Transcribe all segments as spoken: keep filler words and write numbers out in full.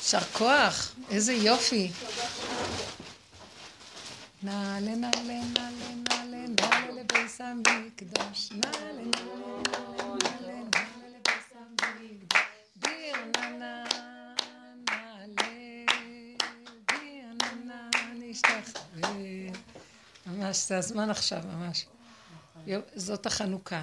שר כוח, איזה יופי. נעלה, נעלה, נעלה, נעלה, נעלה לביס המקדש. נעלה, נעלה, נעלה, נעלה, נעלה לביס המקדש. דיר נענה, נעלה, דיר נענה, נשתחווה. ממש, זה הזמן עכשיו, ממש. זאת החנוכה.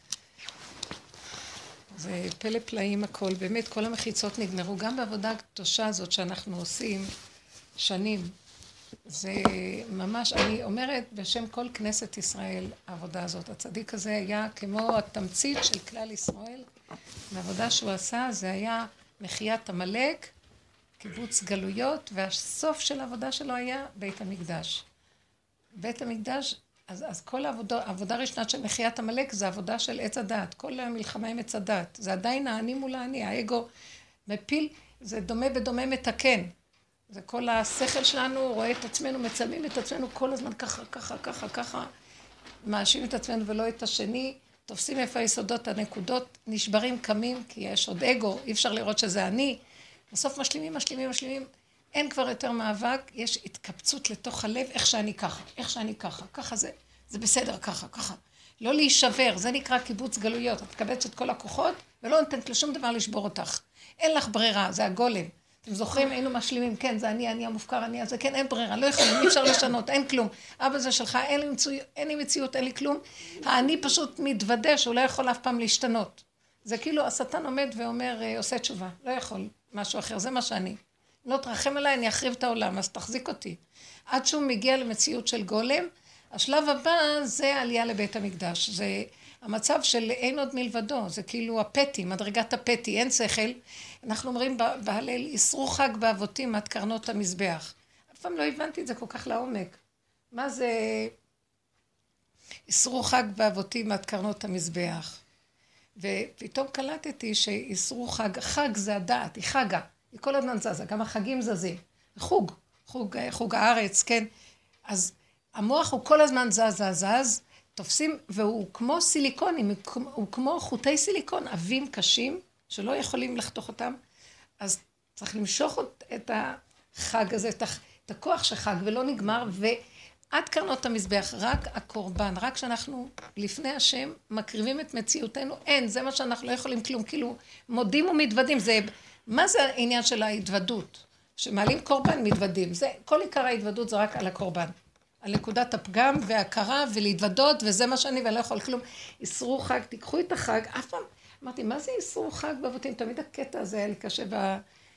זה פלא פלאים הכל, באמת כל המחיצות נגמרו, גם בעבודה הקדושה הזאת שאנחנו עושים שנים. זה ממש, אני אומרת בשם כל כנסת ישראל, העבודה הזאת, הצדיק הזה היה כמו התמצית של כלל ישראל, והעבודה שהוא עשה זה היה מחיית עמלק, קיבוץ גלויות, והסוף של העבודה שלו היה בית המקדש. בית המקדש, אז, אז כל העבודה, העבודה הראשונה של מחיית עמלק זה עבודה של עץ הדת, כל המלחמה עם עץ הדת, זה עדיין האני מול האני, האגו מפיל, זה דומה ודומה מתקן. זה כל השכל שלנו רואה את עצמנו, מצלמים את עצמנו כל הזמן ככה, ככה, ככה, ככה, מאשים את עצמנו ולא את השני, תופסים איפה היסודות, הנקודות, נשברים, קמים, כי יש עוד אגו, אי אפשר לראות שזה אני, בסוף משלימים, משלימים, משלימים, אין כבר יותר מאבק, יש התקבצות לתוך הלב, איך שאני ככה, איך שאני ככה, ככה זה, זה בסדר ככה, ככה. לא להישבר, זה נקרא קיבוץ גלויות, את תקבץ את כל הכוחות ולא נותנת לשום דבר לשבור אותך. אין לך ברירה, זה הגולם. אתם זוכרים, היינו משלימים, כן, זה אני, אני המופקר, אני הזה, כן, אין ברירה, לא יכולים, אי אפשר לשנות, אין כלום. אבא זה שלך, אין לי, מצוי, אין לי מציאות, אין לי כלום. האני פשוט מתוודא שהוא לא יכול אף פעם להשתנות. זה כאילו, השטן עומד ואומר, עושה תשובה, לא יכול, משהו אחר, זה מה שאני. לא תרחם עליי, אני אחריב את העולם, אז תחזיק אותי. עד שהוא מגיע למציאות של גולם, השלב הבא זה עלייה לבית המקדש. זה המצב של אין עוד מלבדו, זה כאילו הפתי, מדרגת הפתי, אין שכל. אנחנו אומרים בהלל, יסרו חג באבותים עד קרנות המזבח. אף פעם לא הבנתי את זה כל כך לעומק. מה זה יסרו חג באבותים עד קרנות המזבח? ופתאום קלטתי שיסרו חג, חג זה הדעת, היא חגה. היא כל הזמן זזה, גם החגים זזים. חוג, חוג, חוג הארץ, כן. אז המוח הוא כל הזמן זז, זז, זז, תופסים, והוא כמו סיליקונים, הוא כמו חוטי סיליקון, עבים קשים, שלא יכולים לחתוך אותם. אז צריך למשוך את החג הזה, את הכוח שחג, ולא נגמר, ועד קרנות המזבח, רק הקורבן, רק שאנחנו לפני השם מקריבים את מציאותנו, אין, זה מה שאנחנו לא יכולים כלום, כאילו מודים ומתוודים, זה... מה זה העניין של ההתוודות? שמעלים קורבן מתוודים. זה, כל עיקר ההתוודות זה רק על הקורבן. על נקודת הפגם וההכרה ולהתוודות, וזה מה שאני ואני לא יכול כלום. יסרו חג, תיקחו את החג. אף פעם, אמרתי, מה זה יסרו חג באבותים? תמיד הקטע הזה היה לי קשה ב...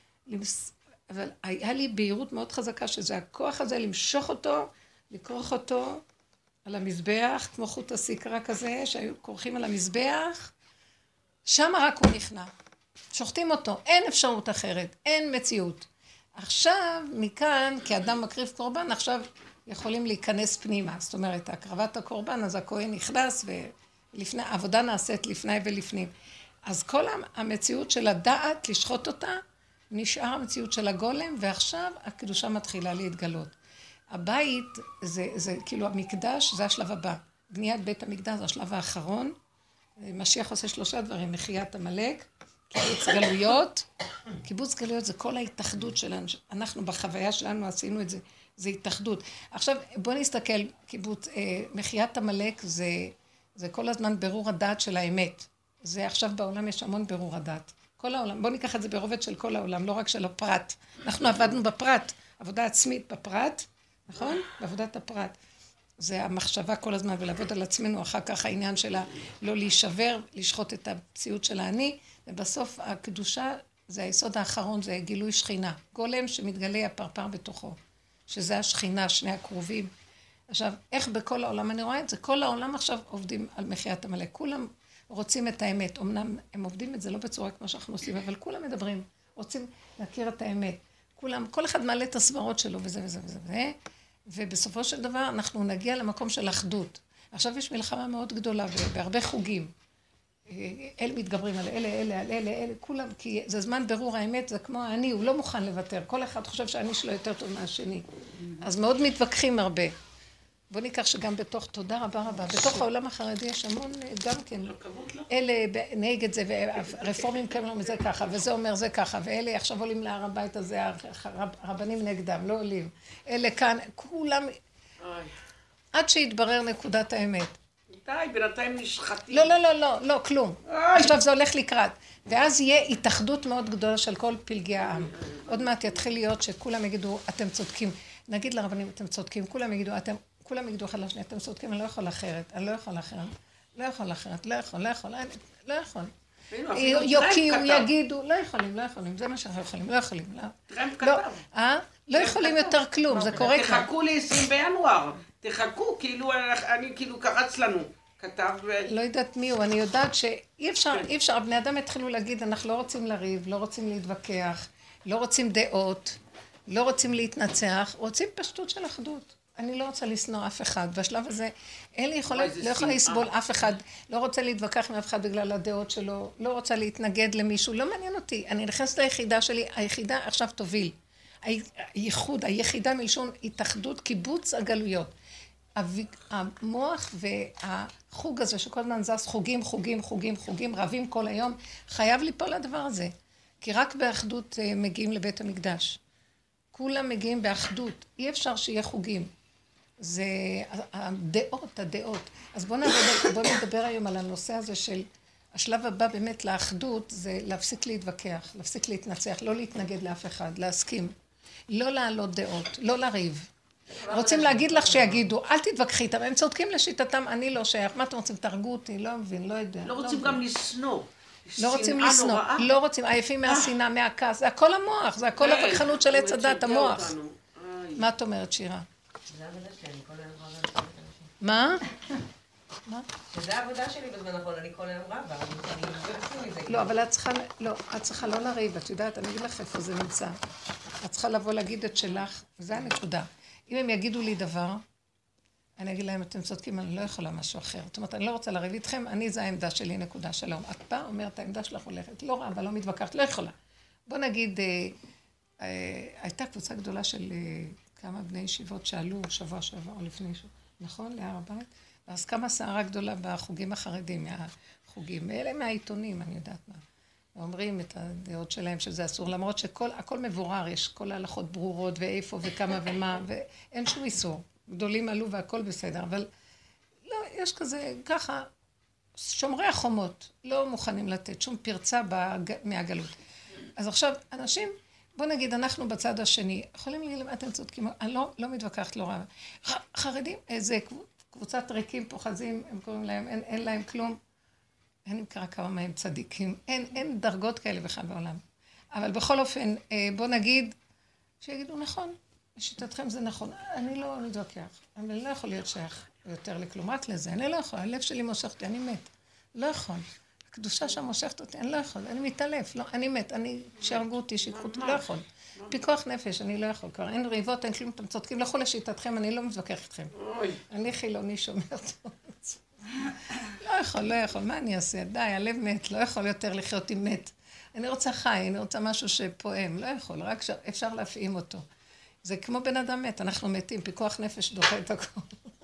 אבל היה לי בהירות מאוד חזקה, שזה הכוח הזה למשוך אותו, לקרוח אותו על המזבח, כמו חוט הסיקרה כזה, שהיו כורכים על המזבח. שם רק הוא נכנע. שוחטים אותו, אין אפשרות אחרת, אין מציאות. עכשיו, מכאן, כי אדם מקריב קורבן, עכשיו יכולים להיכנס פנימה. זאת אומרת, הקרבת הקורבן, אז הכהן נכנס, ולפני, העבודה נעשית לפני ולפנים. אז כל המציאות של הדעת, לשחוט אותה, נשאר המציאות של הגולם, ועכשיו הקדושה מתחילה להתגלות. הבית, זה, זה כאילו המקדש, זה השלב הבא. בניית בית המקדש, זה השלב האחרון. משיח עושה שלושה דברים, מחיית עמלק, קיבוץ גלויות, קיבוץ גלויות זה כל ההתאחדות שלנו, אנחנו בחוויה שלנו עשינו את זה, זה התאחדות. עכשיו בוא נסתכל, קיבוץ, אה, מחיית עמלק זה, זה כל הזמן ברור הדעת של האמת. זה עכשיו בעולם יש המון ברור הדעת. כל העולם, בוא ניקח את זה ברובד של כל העולם, לא רק של הפרט. אנחנו עבדנו בפרט, עבודה עצמית בפרט, נכון? בעבודת הפרט. זה המחשבה כל הזמן ולעבוד על עצמנו, אחר כך העניין שלה לא להישבר, לשחוט את המציאות של האני, ובסוף הקדושה זה היסוד האחרון, זה גילוי שכינה. גולם שמתגלה הפרפר בתוכו, שזה השכינה, שני הקרובים. עכשיו, איך בכל העולם אני רואה את זה? כל העולם עכשיו עובדים על מחיית עמלק. כולם רוצים את האמת. אמנם הם עובדים את זה לא בצורה כמו שאנחנו עושים, אבל כולם מדברים, רוצים להכיר את האמת. כולם, כל אחד מעלה את הסברות שלו וזה וזה וזה וזה. ובסופו של דבר אנחנו נגיע למקום של אחדות. עכשיו יש מלחמה מאוד גדולה בהרבה חוגים. אלה מתגברים על אלה, אלה, על אלה, אלה, כולם, כי זה זמן ברור האמת, זה כמו אני, הוא לא מוכן לוותר. כל אחד חושב שאני שלו יותר טוב מהשני. אז מאוד מתווכחים הרבה. בוא ניקח שגם בתוך, תודה רבה רבה, בתוך העולם החרדי יש המון גם כן, אלה נהג את זה, והרפורמים כאלה זה ככה, וזה אומר זה ככה, ואלה עכשיו עולים להר הבית הזה, הרבנים נגדם, לא עולים, אלה כאן, כולם, עד שיתברר נקודת האמת. די, בינתיים נשחטים. לא, לא, לא, לא, לא, כלום. עכשיו זה הולך לקראת. ואז יהיה התאחדות מאוד גדולה של כל פלגי העם. עוד מעט יתחיל להיות שכולם יגידו, אתם צודקים. נגיד לרבנים, אתם צודקים, כולם יגידו, אתם, כולם יגידו אחד לשני, אתם צודקים, אני לא יכול אחרת, אני לא יכול אחרת, לא יכול אחרת, לא יכול, לא יכול, לא יכול. יוקיעו, יגידו, לא יכולים, לא יכולים, זה מה שאנחנו יכולים, לא יכולים, לא. טרמפ כתב. אה? לא יכולים יותר כלום, זה קורה כבר. תחכו ל-עשרים בינואר, תחכו, כאילו, אני כאילו קרץ לנו. כתב... לא יודעת מי הוא, אני יודעת שאי אפשר, אי אפשר, הבני אדם התחילו להגיד, אנחנו לא רוצים לריב, לא רוצים להתווכח, לא רוצים דעות, לא רוצים להתנצח, רוצים פשטות של אחדות. אני לא רוצה לשנוא אף אחד. בשלב הזה, אין לי יכולת, לא יכולה לסבול אף אחד, לא רוצה להתווכח עם אף אחד בגלל הדעות שלו, לא רוצה להתנגד למישהו, לא מעניין אותי. אני נכנסת ליחידה שלי, היחידה עכשיו תוביל. הייחוד, היחידה מלשון התאחדות, קיבוץ הגלויות. המוח והחוג הזה שכל הזמן זז חוגים, חוגים, חוגים, חוגים, רבים כל היום, חייב ליפול לדבר הזה. כי רק באחדות מגיעים לבית המקדש. כולם מגיעים באחדות, אי אפשר שיהיה חוגים. זה הדעות, הדעות. אז בואו נדבר, בוא נדבר היום על הנושא הזה של השלב הבא באמת לאחדות, זה להפסיק להתווכח, להפסיק להתנצח, לא להתנגד לאף אחד, להסכים. לא להעלות דעות, לא לריב. רוצים להגיד לך שיגידו, אל תתווכחי איתם, הם צודקים לשיטתם, אני לא שייך, מה אתם רוצים, תרגו אותי, לא מבין, לא יודע. לא רוצים גם לשנוא. לא רוצים לשנוא, לא רוצים, עייפים מהשנאה, מהכעס, זה הכל המוח, זה הכל הווכחנות של עץ הדת, המוח. מה את אומרת, שירה? זה העבודה שלי, אני כל היום רבה. מה? מה? זה העבודה שלי בזמן האחרון, אני כל היום רבה, אני מבקשת מזה. לא, אבל את צריכה, לא, את צריכה לא לריב, את יודעת, אני אגיד לך איפה זה נמצא. את צריכה לבוא להגיד את שלך, וזה הנקודה. אם הם יגידו לי דבר, אני אגיד להם, אתם צודקים, אני לא יכולה משהו אחר. זאת אומרת, אני לא רוצה לריב איתכם, אני, זה העמדה שלי, נקודה, שלום. את באה, אומרת, העמדה שלך הולכת, לא רבה, לא מתווכחת, לא יכולה. בוא נגיד, אה, אה, הייתה קבוצה גדולה של אה, כמה בני ישיבות שעלו שבוע שבוע או לפני שבוע, נכון? להר הבית? ואז כמה סערה גדולה בחוגים החרדים, מהחוגים, אלה מהעיתונים, אני יודעת מה. ואומרים את הדעות שלהם שזה אסור, למרות שכל, הכל מבורר, יש כל ההלכות ברורות ואיפה וכמה ומה, ואין שום איסור. גדולים עלו והכל בסדר, אבל לא, יש כזה, ככה, שומרי החומות לא מוכנים לתת שום פרצה בג... מהגלות. אז עכשיו, אנשים, בוא נגיד, אנחנו בצד השני, יכולים להגיד להם, אתם צודקים, אני לא, לא מתווכחת, לא רבה. ח... חרדים, איזה קבוצת ריקים פוחזים, הם קוראים להם, אין, אין להם כלום. אני מקרא כמה מהם צדיקים, אין, אין דרגות כאלה בכלל בעולם. אבל בכל אופן, בוא נגיד, שיגידו נכון, לשיטתכם זה נכון, אני לא מתווכח, אני לא יכול להיות שייך יותר לכלום, רק לזה, אני לא יכול, הלב שלי מושך אותי, אני מת, לא יכול. הקדושה שם מושכת אותי, אני לא יכול, אני מתעלף, לא, אני מת, אני, שירגו אותי, שיקחו אותי, לא יכול. פיקוח נפש, אני לא יכול, כבר אין ריבות, אין כלום, אתם צודקים, לכו לשיטתכם, אני לא מתווכח איתכם. אני חילוני שומרת. לא יכול, לא יכול, מה אני אעשה? די, הלב מת, לא יכול יותר לחיות עם מת. אני רוצה חי, אני רוצה משהו שפועם, לא יכול, רק אפשר להפעים אותו. זה כמו בן אדם מת, אנחנו מתים, פיקוח נפש דוחה את הכל.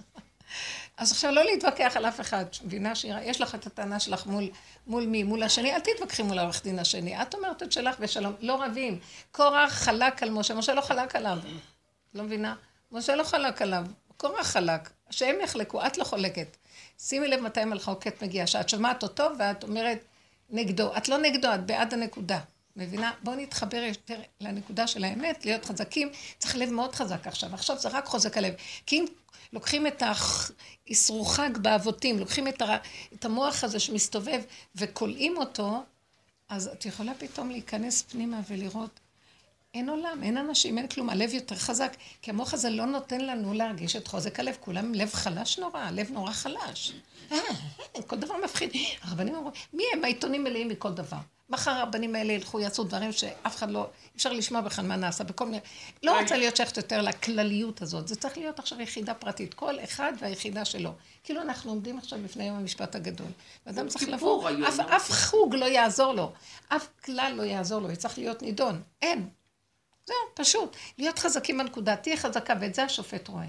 אז עכשיו לא להתווכח על אף אחד, מבינה שירה, יש לך את הטענה שלך מול, מול מי, מול השני, אל תתווכחי מול העורך דין השני, את אומרת את שלך ושלום, לא רבים. קורח חלק על משה, משה לא חלק עליו, לא מבינה? משה לא חלק עליו, קורח חלק, שהם יחלקו, את לא חולקת. שימי לב מתי מלכות מגיעה, שאת שומעת אותו ואת אומרת נגדו, את לא נגדו, את בעד הנקודה, מבינה? בואו נתחבר יותר לנקודה של האמת, להיות חזקים, צריך לב מאוד חזק עכשיו, עכשיו זה רק חוזק הלב, כי אם לוקחים את האסרו חג באבותים, לוקחים את, הר... את המוח הזה שמסתובב וקולעים אותו, אז את יכולה פתאום להיכנס פנימה ולראות, אין עולם, אין אנשים, אין כלום, הלב יותר חזק, כי המוח הזה לא נותן לנו להרגיש את חוזק הלב, כולם עם לב חלש נורא, הלב נורא חלש. כל דבר מפחיד. הרבנים אמרו, מי הם? העיתונים מלאים מכל דבר. מחר הרבנים האלה ילכו, יעשו דברים שאף אחד לא, אפשר לשמוע בכלל מה נעשה, בכל מיני, לא רוצה להיות שייכת יותר לכלליות הזאת, זה צריך להיות עכשיו יחידה פרטית, כל אחד והיחידה שלו. כאילו אנחנו עומדים עכשיו לפני יום המשפט הגדול, ואדם צריך לבוא, אף, אף חוג לא יעזור לו, אף כלל לא יעזור לו, צריך להיות נידון, אין. זהו, פשוט. להיות חזקים בנקודה, תהיה חזקה, ואת זה השופט רואה.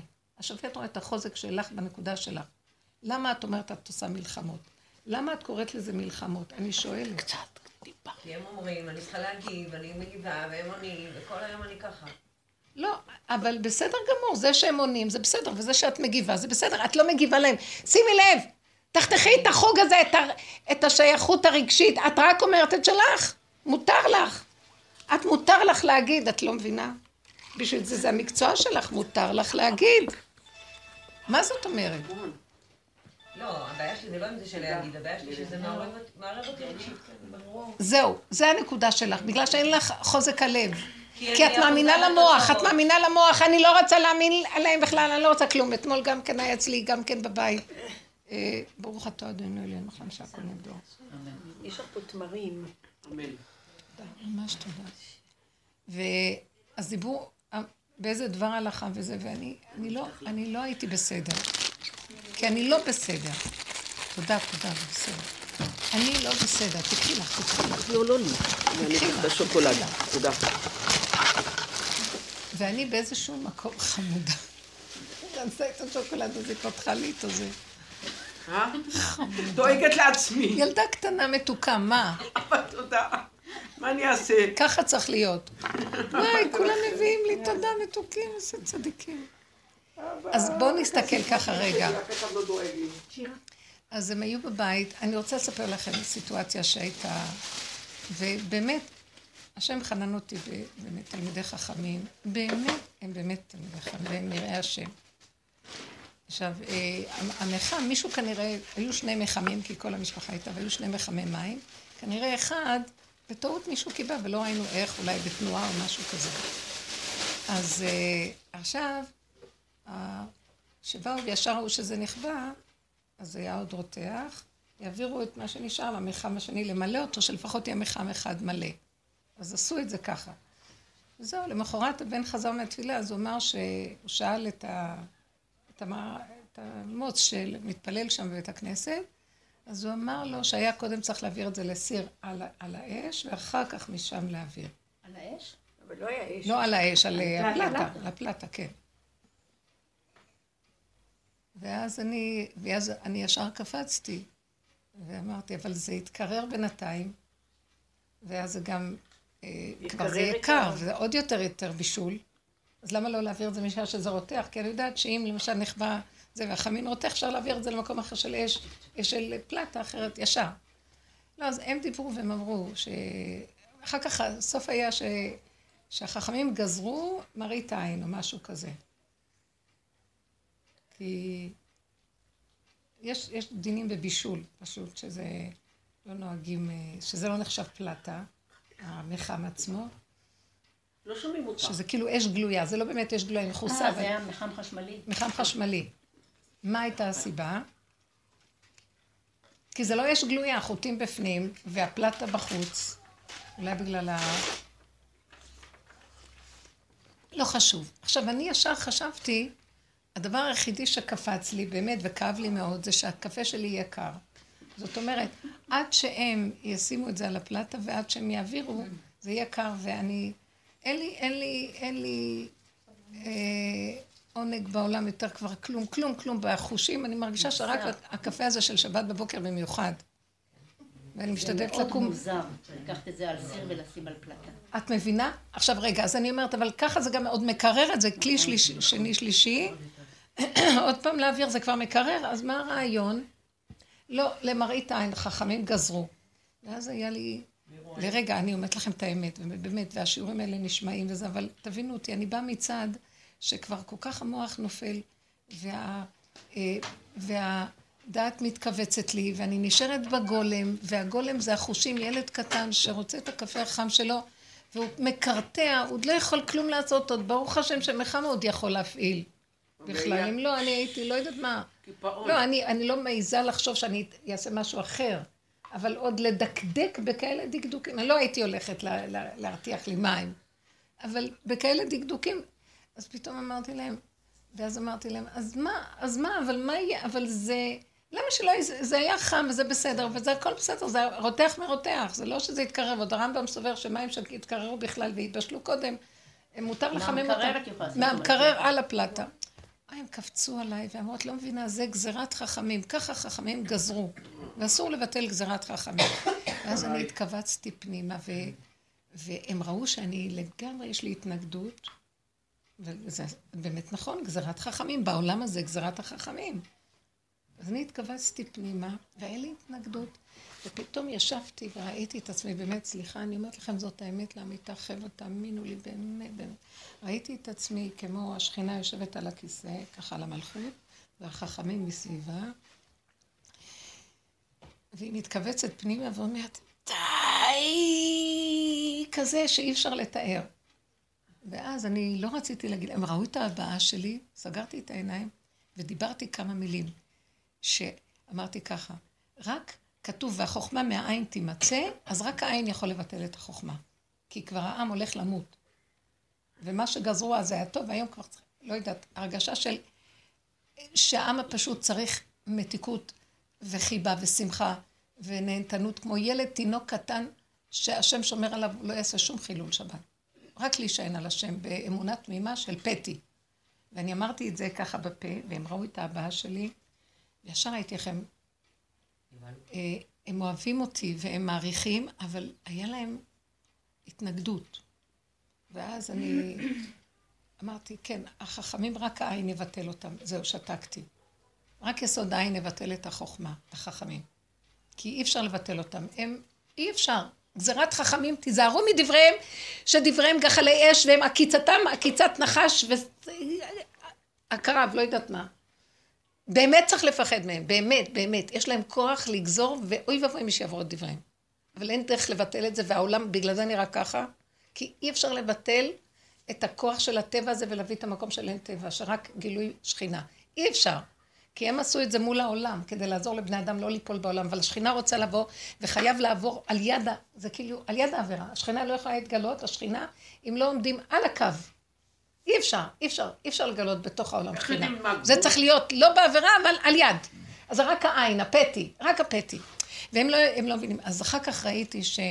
השופט רואה את החוזק שלך בנקודה שלך. למה את אומרת את עושה מלחמות? למה את קוראת לזה מלחמות? אני שואלת. קצת, טיפה. כי הם אומרים, אני צריכה להגיב, אני מגיבה, והם עונים, וכל היום אני ככה. לא, אבל בסדר גמור, זה שהם עונים, זה בסדר, וזה שאת מגיבה, זה בסדר, את לא מגיבה להם. שימי לב, תחתכי את החוג הזה, את, ה, את השייכות הרגשית, את רק אומרת את שלך, מותר לך. את מותר לך להגיד, את לא מבינה? בשביל זה, זה המקצוע שלך, מותר לך להגיד. מה זאת אומרת? לא, הבעיה שלי זה לא עם זה של להגיד, הבעיה שלי שזה מערב אותי רגשית. זהו, זה הנקודה שלך, בגלל שאין לך חוזק הלב. כי את מאמינה למוח, את מאמינה למוח, אני לא רוצה להאמין עליהם בכלל, אני לא רוצה כלום. אתמול גם כן היה אצלי, גם כן בבית. ברוך אתה אדוני אלינו, נכון שהכל נבדור. יש לך פה תמרים. אמן. ממש תודה. ואז דיברו באיזה דבר הלכה וזה, ואני לא, אני לא הייתי בסדר. כי אני לא בסדר. תודה, תודה, בסדר. אני לא בסדר, תקחי לך, תקחי לך. לא, לא, לא. אני אקח את השוקולד. תודה. ואני באיזשהו מקום חמודה. רצה את השוקולד הזה, פתחה לי איתו זה. אה? דואגת לעצמי. ילדה קטנה מתוקה, מה? אבל תודה. מה אני אעשה? ככה צריך להיות. וואי, כולם מביאים לי תודה מתוקים, איזה צדיקים. אז בואו נסתכל ככה רגע. אז הם היו בבית, אני רוצה לספר לכם סיטואציה שהייתה, ובאמת, השם חנן אותי באמת תלמידי חכמים, באמת, הם באמת תלמידי חכמים, והם נראה השם. עכשיו, המחם, מישהו כנראה, היו שני מחמים, כי כל המשפחה הייתה, והיו שני מחמי מים, כנראה אחד, בטעות מישהו קיבל, ולא ראינו איך, אולי בתנועה או משהו כזה. אז עכשיו, שבאו וישר ראו שזה נכבה, אז היה עוד רותח, יעבירו את מה שנשאר למחם השני, למלא אותו, שלפחות יהיה מחם אחד מלא. אז עשו את זה ככה. וזהו, למחרת הבן חזר מהתפילה, אז הוא אמר שהוא שאל את, ה... את, המ... את המוץ שמתפלל שם בבית הכנסת, אז הוא אמר לו שהיה קודם צריך להעביר את זה לסיר על, על האש, ואחר כך משם להעביר. על האש? אבל לא היה אש. לא על האש, על הפלטה, על הפלטה, כן. ואז אני, ואז אני ישר קפצתי, ואמרתי, אבל זה יתקרר בינתיים, ואז זה גם, כבר זה יקר, וזה עוד יותר יותר בישול, אז למה לא להעביר את זה משעה שזה רותח? כי אני יודעת שאם למשל נחבא זה והחמין רותח, אפשר להעביר את זה למקום אחר של אש, של פלטה אחרת ישר. לא, אז הם דיברו והם אמרו שאחר כך הסוף היה ש... שהחכמים גזרו מראית עין או משהו כזה. כי יש, יש דינים בבישול, פשוט, שזה לא נוהגים, שזה לא נחשב פלטה, המחם עצמו. לא שומעים אותך. שזה כאילו אש גלויה, זה לא באמת אש גלויה, מחוסה. אה, זה היה מחם חשמלי. מחם חשמלי. מה הייתה הסיבה? כי זה לא אש גלויה, החוטים בפנים, והפלטה בחוץ. אולי בגלל ה... לא חשוב. עכשיו, אני ישר חשבתי, הדבר היחידי שקפץ לי באמת וכאב לי מאוד, זה שהקפה שלי יהיה קר. זאת אומרת, עד שהם ישימו את זה על הפלטה ועד שהם יעבירו, זה יהיה קר, ואני... אין לי, אין לי, אין לי אה, עונג בעולם יותר כבר כלום, כלום, כלום בחושים. אני מרגישה שרק הקפה הזה של שבת בבוקר במיוחד. ואני משתדלת לקום. זה מאוד מוזר, לקחת את זה על סיר ולשים על פלטה. את מבינה? עכשיו רגע, אז אני אומרת, אבל ככה זה גם עוד מקרר את זה, כלי שלישי, שני שלישי. עוד פעם להעביר, זה כבר מקרר, אז מה הרעיון? לא, למראית עין, חכמים גזרו. ואז היה לי, לרגע, אני אומרת לכם את האמת, ובאמת, והשיעורים האלה נשמעים וזה, אבל תבינו אותי, אני באה מצד שכבר כל כך המוח נופל, וה, והדעת מתכווצת לי, ואני נשארת בגולם, והגולם זה החושים, ילד קטן שרוצה את הקפה החם שלו, והוא מקרטע, הוא עוד לא יכול כלום לעשות עוד, ברוך השם שמחם עוד יכול להפעיל. בכלל, אם לא, אני הייתי, לא יודעת מה. לא, אני, אני לא מעיזה לחשוב שאני אעשה משהו אחר, אבל עוד לדקדק בכאלה דקדוקים, אני לא הייתי הולכת לה, לה, להרתיח לי מים, אבל בכאלה דקדוקים, אז פתאום אמרתי להם, ואז אמרתי להם, אז מה, אז מה, אבל מה יהיה, אבל זה, למה שלא, זה, זה היה חם וזה בסדר, וזה הכל בסדר, זה רותח מרותח, זה לא שזה יתקרב, עוד הרמב"ם סובר שמים שיתקררו בכלל והתבשלו קודם, מותר לחמם אותם, מהמקרר על הפלטה. הם קפצו עליי ואמרות, לא מבינה, זה גזירת חכמים, ככה חכמים גזרו, ואסור לבטל גזירת חכמים. ואז אני התכווצתי פנימה, ו... והם ראו שאני לגמרי, יש לי התנגדות, וזה באמת נכון, גזירת חכמים, בעולם הזה גזירת החכמים. אז אני התכווצתי פנימה, והיה לי התנגדות, ופתאום ישבתי וראיתי את עצמי, באמת, סליחה, אני אומרת לכם, זאת האמת לאמיתה, חבר'ה, תאמינו לי, באמת, באמת. ראיתי את עצמי כמו השכינה יושבת על הכיסא, ככה על המלכות, והחכמים מסביבה, והיא מתכווצת פנימה ואומרת, די, כזה שאי אפשר לתאר. ואז אני לא רציתי להגיד, הם ראו את ההבעה שלי, סגרתי את העיניים, ודיברתי כמה מילים, שאמרתי ככה, רק כתוב, והחוכמה מהעין תימצא, אז רק העין יכול לבטל את החוכמה. כי כבר העם הולך למות. ומה שגזרו אז היה טוב, והיום כבר צריך, לא יודעת, הרגשה של שהעם הפשוט צריך מתיקות וחיבה ושמחה ונהנתנות, כמו ילד תינוק קטן שהשם שומר עליו, לא יעשה שום חילול שבת. רק להישען על השם באמונה תמימה של פתי. ואני אמרתי את זה ככה בפה, והם ראו את ההבאה שלי, וישר הייתי לכם, הם אוהבים אותי והם מעריכים, אבל היה להם התנגדות. ואז אני אמרתי, כן, החכמים רק העין יבטל אותם. זהו, שתקתי. רק יסוד העין יבטל את החוכמה, את החכמים. כי אי אפשר לבטל אותם. הם, אי אפשר. גזירת חכמים, תיזהרו מדבריהם, שדבריהם גחלי אש, והם עקיצתם, עקיצת נחש, והקרב, לא יודעת מה. באמת צריך לפחד מהם, באמת, באמת. יש להם כוח לגזור, ואוי ואבוי מי שיעבור את דבריהם. אבל אין דרך לבטל את זה, והעולם בגלל זה נראה ככה, כי אי אפשר לבטל את הכוח של הטבע הזה, ולהביא את המקום של אין טבע, שרק גילוי שכינה. אי אפשר. כי הם עשו את זה מול העולם, כדי לעזור לבני אדם לא ליפול בעולם, אבל השכינה רוצה לבוא, וחייב לעבור על יד, זה כאילו, על יד העבירה. השכינה לא יכולה להתגלות, השכינה, אם לא עומדים על הקו. אי אפשר, אי אפשר, אי אפשר לגלות בתוך העולם שכינה. זה צריך להיות לא בעבירה, אבל על יד. אז זה רק העין, הפתי, רק הפתי. והם לא, הם לא מבינים. אז אחר כך ראיתי ש...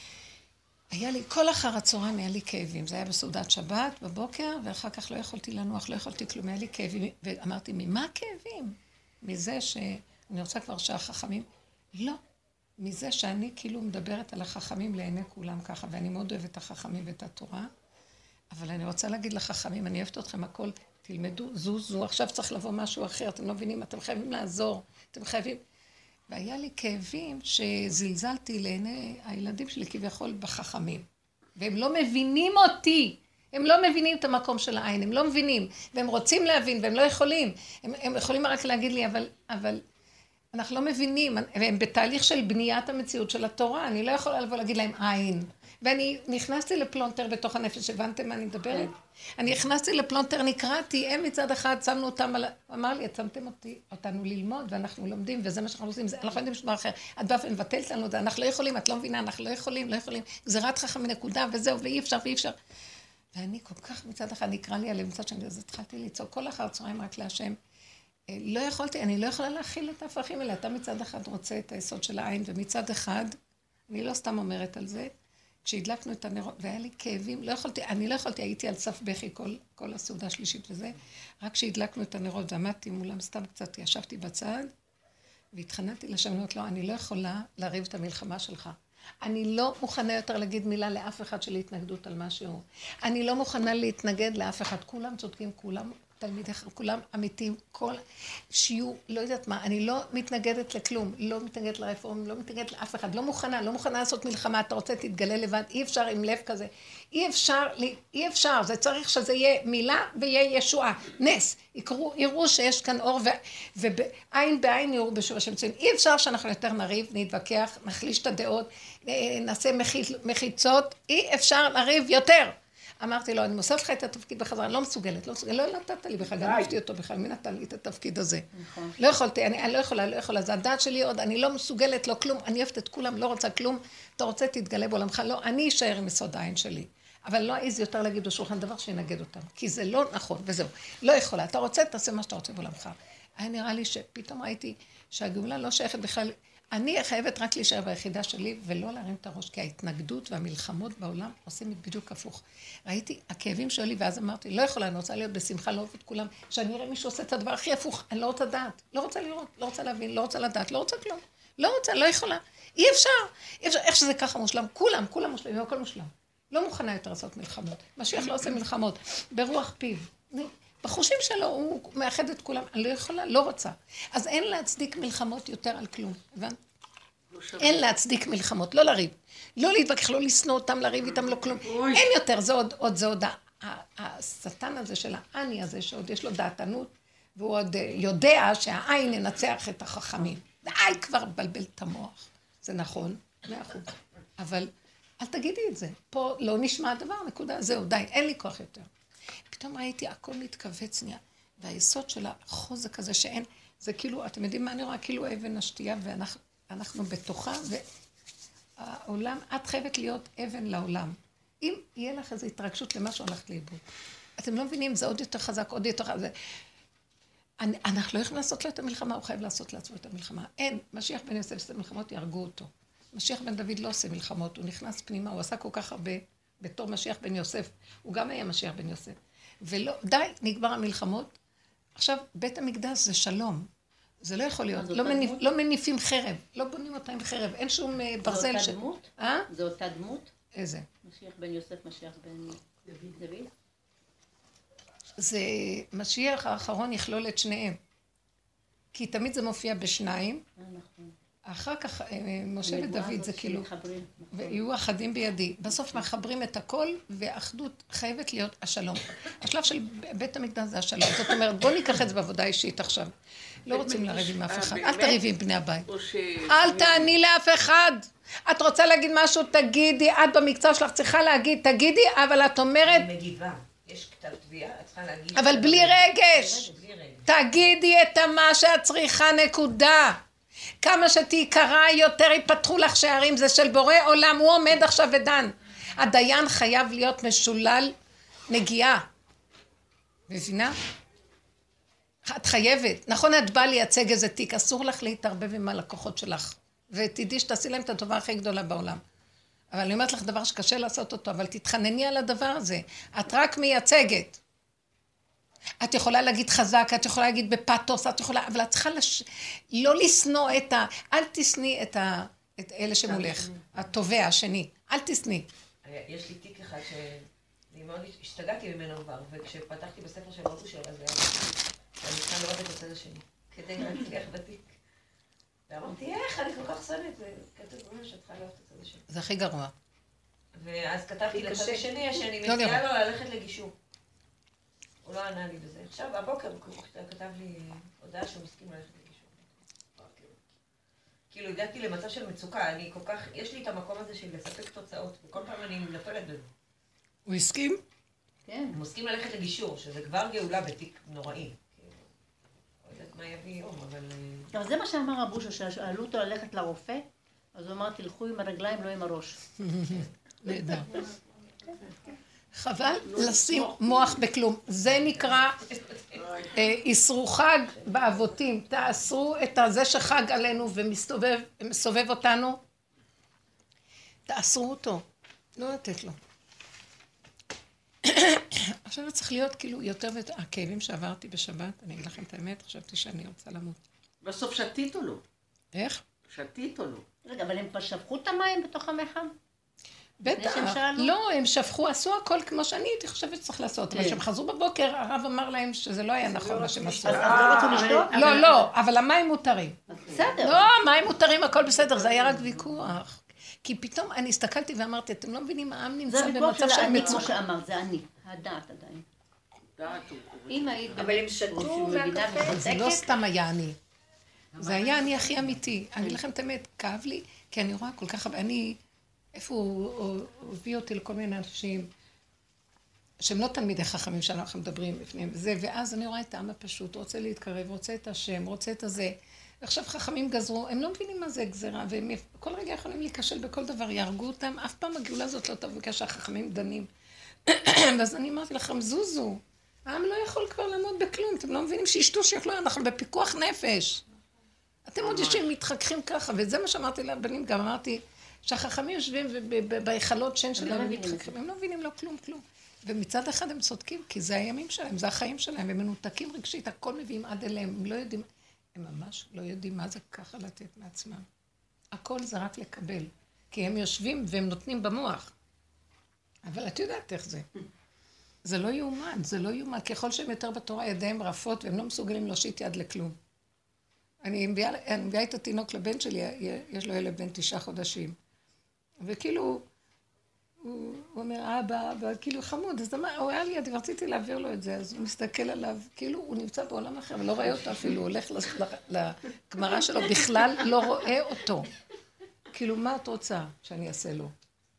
היה לי, כל אחר הצהריים היה לי כאבים. זה היה בסעודת שבת, בבוקר, ואחר כך לא יכולתי לנוח, לא יכולתי כלום, היה לי כאבים. ואמרתי, ממה כאבים? מזה שאני רוצה כבר שהחכמים... לא. מזה שאני כאילו מדברת על החכמים לעיני כולם ככה, ואני מאוד אוהבת את החכמים ואת התורה, אבל אני רוצה להגיד לחכמים, אני אוהבת אתכם הכל, תלמדו, זוזו, עכשיו צריך לבוא משהו אחר, אתם לא מבינים, אתם חייבים לעזור, אתם חייבים... והיה לי כאבים שזלזלתי לעיני הילדים שלי כביכול בחכמים. והם לא מבינים אותי. הם לא מבינים את המקום של העין, הם לא מבינים. והם רוצים להבין, והם לא יכולים. הם, הם יכולים רק להגיד לי, אבל, אבל אנחנו לא מבינים. והם בתהליך של בניית המציאות של התורה. אני לא יכולה לבוא להגיד להם עין. ואני נכנסתי לפלונטר בתוך הנפש, הבנתם מה אני מדברת? אני נכנסתי לפלונטר, נקראתי, הם מצד אחד, שמנו אותם, על... אמר לי, עצמתם אותי, אותנו ללמוד, ואנחנו לומדים, וזה מה שאנחנו עושים, אנחנו יודעים שדבר אחר, את באה ומבטלת לנו את זה, אנחנו לא יכולים, את לא מבינה, אנחנו לא יכולים, לא יכולים, גזירת חכם מנקודה, וזהו, ואי אפשר, ואי אפשר. ואני כל כך מצד אחד, נקרא לי עליהם, מצד שני, אז התחלתי לצעוק כל אחר צהריים רק להשם. לא יכולתי, אני לא יכולה להכיל את ההפכים האלה, אתה מצד אחד רוצה את היסוד של העין, ומצד אחד, אני לא סתם אומרת על זה, כשהדלקנו את הנרות, והיה לי כאבים, לא יכולתי, אני לא יכולתי, הייתי על סף בכי כל, כל הסעודה השלישית וזה, רק כשהדלקנו את הנרות ועמדתי מולם סתם קצת, ישבתי בצד, והתחננתי לשם, אני אומרת לו, אני לא יכולה להריב את המלחמה שלך. אני לא מוכנה יותר להגיד מילה לאף אחד של התנגדות על משהו. אני לא מוכנה להתנגד לאף אחד, כולם צודקים, כולם תלמידי, כולם אמיתיים, כל שיהיו, לא יודעת מה, אני לא מתנגדת לכלום, לא מתנגדת לרפורמים, לא מתנגדת לאף אחד, לא מוכנה, לא מוכנה לעשות מלחמה, אתה רוצה תתגלה לבד, אי אפשר עם לב כזה, אי אפשר, אי אפשר, זה צריך שזה יהיה מילה ויהיה ישועה, נס, יקרו, יראו שיש כאן אור ובעין בעין יראו בשוב השם ציון, אי אפשר שאנחנו יותר נריב, נתווכח, נחליש את הדעות, נעשה מחיצות, אי אפשר לריב יותר. אמרתי לו, אני מוסף לך את התפקיד בחזרה, אני לא מסוגלת, לא מסוגלת, לא נתת לי בכלל, גנבתי אותו בכלל, מי נתן לי את התפקיד הזה? נכון. לא יכולתי, אני, אני לא יכולה, לא יכולה, זה הדעת שלי עוד, אני לא מסוגלת, לא כלום, אני אוהבת את כולם, לא רוצה כלום, אתה רוצה, תתגלה בעולמך, לא, אני אשאר עם יסוד העין שלי, אבל לא איז יותר להגיד בשולחן דבר שינגד אותם, כי זה לא נכון, וזהו, לא יכולה, אתה רוצה, תעשה מה שאתה רוצה בעולמך. היה נראה לי שפתאום ראיתי שהגאולה לא שייכת בכלל, אני חייבת רק להישאר ביחידה שלי ולא להרים את הראש, כי ההתנגדות והמלחמות בעולם עושים בדיוק הפוך. ראיתי, הכאבים שלי, ואז אמרתי, לא יכולה, אני רוצה להיות בשמחה, לא אוהב את כולם, שאני אראה מישהו עושה את הדבר הכי הפוך, אני לא רוצה לדעת, לא רוצה לראות, לא רוצה להבין, לא רוצה לדעת, לא רוצה כלום, לא רוצה, לא יכולה, אי אפשר, אי אפשר, איך שזה ככה מושלם, כולם, כולם מושלמים, הכל מושלם. לא מוכנה יותר לעשות מלחמות. משיח לא עושה מלחמות, ברוח פיו. בחושים שלו הוא מאחד את כולם, אני לא יכולה, לא רוצה. אז אין להצדיק מלחמות יותר על כלום, הבנת? אין להצדיק מלחמות, לא לריב. לא להתווכח, לא לשנוא אותם, לריב איתם, לא כלום. אין יותר, זה עוד, עוד, זה עוד, השטן הזה של העני הזה, שעוד יש לו דעתנות, והוא עוד יודע שהעין ינצח את החכמים. די כבר בלבל את המוח. זה נכון, מאה אחוז. אבל אל תגידי את זה. פה לא נשמע הדבר, נקודה, זהו, די, אין לי כוח יותר. פתאום ראיתי, הכל מתכווץ נהיה, והיסוד של החוזק הזה שאין, זה כאילו, אתם יודעים מה אני רואה? כאילו אבן השתייה, ואנחנו בתוכה, והעולם, את חייבת להיות אבן לעולם. אם יהיה לך איזו התרגשות למשהו, הלכת לאיבוד. אתם לא מבינים, זה עוד יותר חזק, עוד יותר חזק. אנחנו לא יכולים לעשות לו את המלחמה, הוא חייב לעשות לעצמו את המלחמה. אין, משיח בן יוסף עושה מלחמות, יהרגו אותו. משיח בן דוד לא עושה מלחמות, הוא נכנס פנימה, הוא עשה כל כך הרבה, בתור משיח בן יוסף, הוא גם היה משיח בן יוסף. ולא, די, נגמר המלחמות. עכשיו, בית המקדש זה שלום. זה לא יכול להיות. לא, מניפ, לא מניפים חרב, לא בונים אותה עם חרב, אין שום ברזל. זה אותה דמות? אה? זה אותה דמות? איזה? משיח בן יוסף, משיח בן דוד? זה, משיח האחרון יכלול את שניהם. כי תמיד זה מופיע בשניים. אה, נכון. אחר כך, משה ודוד זה כאילו, ויהיו אחדים בידי. בסוף מחברים את הכל, והאחדות חייבת להיות השלום. השלב של בית המקדש זה השלום. זאת אומרת, בוא ניקח את זה בעבודה אישית עכשיו. לא רוצים לריב עם אף אחד. אל תריבי עם בני הבית. אל תעני לאף אחד. את רוצה להגיד משהו, תגידי. את במקצוע שלך צריכה להגיד, תגידי, אבל את אומרת... אני מגיבה. יש כתב תביעה, את צריכה להגיד... אבל בלי רגש. תגידי את מה שאת צריכה, נקודה. כמה שתיקרה יותר יפתחו לך שערים, זה של בורא עולם, הוא עומד עכשיו ודן. הדיין חייב להיות משולל נגיעה. מבינה? את חייבת. נכון, את באה לייצג איזה תיק, אסור לך להתערבב עם הלקוחות שלך. ותדעי שתעשי להם את הטובה הכי גדולה בעולם. אבל אני אומרת לך דבר שקשה לעשות אותו, אבל תתחנני על הדבר הזה. את רק מייצגת. את יכולה להגיד חזק, את יכולה להגיד בפאטוס, את יכולה, אבל את צריכה לש... לא לסנוע את ה... אל תסני את, ה... את אלה שמולך, התובע השני, אל תסני. יש לי תיק אחד שאני מאוד השתגעתי ממנו כבר, וכשפתחתי בספר של רבו של הזה, אני צריכה לראות את הצד השני, כדי להצליח בתיק. ואמרתי, איך, אני כל כך שונאת, זה כתוב ממש שאת צריכה לראות את הצד השני. זה הכי גרוע. ואז כתבתי לצד השני, שאני מציעה לו ללכת לגישור. הוא לא ענה לי בזה. עכשיו, הבוקר הוא כתב לי הודעה שהוא מסכים ללכת לגישור. כאילו, הגעתי למצב של מצוקה, אני כל כך, יש לי את המקום הזה של לספק תוצאות, וכל פעם אני נפלת בזה. הוא הסכים? כן. הוא מסכים ללכת לגישור, שזה כבר גאולה בתיק נוראי. לא יודעת מה יביא יום, אבל... אבל זה מה שאמר רבושו, שאלו אותו ללכת לרופא, אז הוא אמר, תלכו עם הרגליים, לא עם הראש. נהדר. חבל לשים מוח בכלום. זה נקרא איסרו חג באבותים. תאסרו את זה שחג עלינו ומסתובב, מסובב אותנו. תאסרו אותו. לא לתת לו. עכשיו צריך להיות כאילו יותר ואת הכאבים שעברתי בשבת. אני אגיד לכם את האמת, חשבתי שאני רוצה למות. בסוף שתית או לא? איך? שתית או לא? רגע, אבל הם כבר שפכו את המים בתוך המחם? בטח, לא, הם שפכו, עשו הכל כמו שאני הייתי חושבת שצריך לעשות. אבל כשהם חזרו בבוקר, הרב אמר להם שזה לא היה נכון מה שהם עשו. אז לא רצו לשתות? לא, לא, אבל המים מותרים. בסדר. לא, המים מותרים, הכל בסדר, זה היה רק ויכוח. כי פתאום אני הסתכלתי ואמרתי, אתם לא מבינים, העם נמצא במצב של מצוקה. כמו שאמרת, זה אני, הדעת עדיין. דעת אם היית... אבל הם שתו מהקפה. זה לא סתם היה אני. זה היה אני הכי אמיתי. אני אגיד לכם את האמת, כאב לי, כי אני רואה כל כך, אני... איפה הוא הביא אותי לכל מיני אנשים שהם לא תלמידי חכמים שאנחנו מדברים בפניהם וזה, ואז אני רואה את העם הפשוט, רוצה להתקרב, רוצה את השם, רוצה את הזה, ועכשיו חכמים גזרו, הם לא מבינים מה זה גזרה, והם כל רגע יכולים להיכשל בכל דבר, יהרגו אותם, אף פעם הגאולה הזאת לא טוב, וכאשר החכמים דנים. ואז אני אמרתי לכם, זוזו, העם לא יכול כבר לעמוד בכלום, אתם לא מבינים שישתו שיכלו, אנחנו בפיקוח נפש. אתם עוד יושבים, מתחככים ככה, וזה מה שאמרתי לבנים, גם אמרתי, שהחכמים יושבים בהיכלות שן שלהם, הם מתחככים, הם לא מבינים לו כלום, כלום. ומצד אחד הם צודקים, כי זה הימים שלהם, זה החיים שלהם, הם מנותקים רגשית, הכל מביאים עד אליהם, הם לא יודעים, הם ממש לא יודעים מה זה ככה לתת מעצמם. הכל זה רק לקבל, כי הם יושבים והם נותנים במוח. אבל את יודעת איך זה. זה לא יאומן, זה לא יאומן. ככל שהם יותר בתורה, ידיהם רפות, והם לא מסוגלים להושיט יד לכלום. אני מביאה, אני מביאה את התינוק לבן שלי, יש לו ילד בן תשעה חודשים. וכאילו, הוא, הוא אומר, אבא, אבא, כאילו חמוד, אז מה, הוא היה לידי, ורציתי להעביר לו את זה, אז הוא מסתכל עליו, כאילו הוא נמצא בעולם אחר, ולא רואה אותו אפילו, הוא הולך לגמרא שלו, בכלל לא רואה אותו. כאילו, מה את רוצה שאני אעשה לו?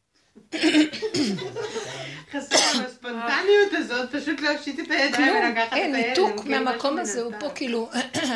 חסר הספונטניות הזאת, פשוט להושיט את הידיים ולקחת את הילד. אין, ניתוק מהמקום הזה, הוא פה כאילו...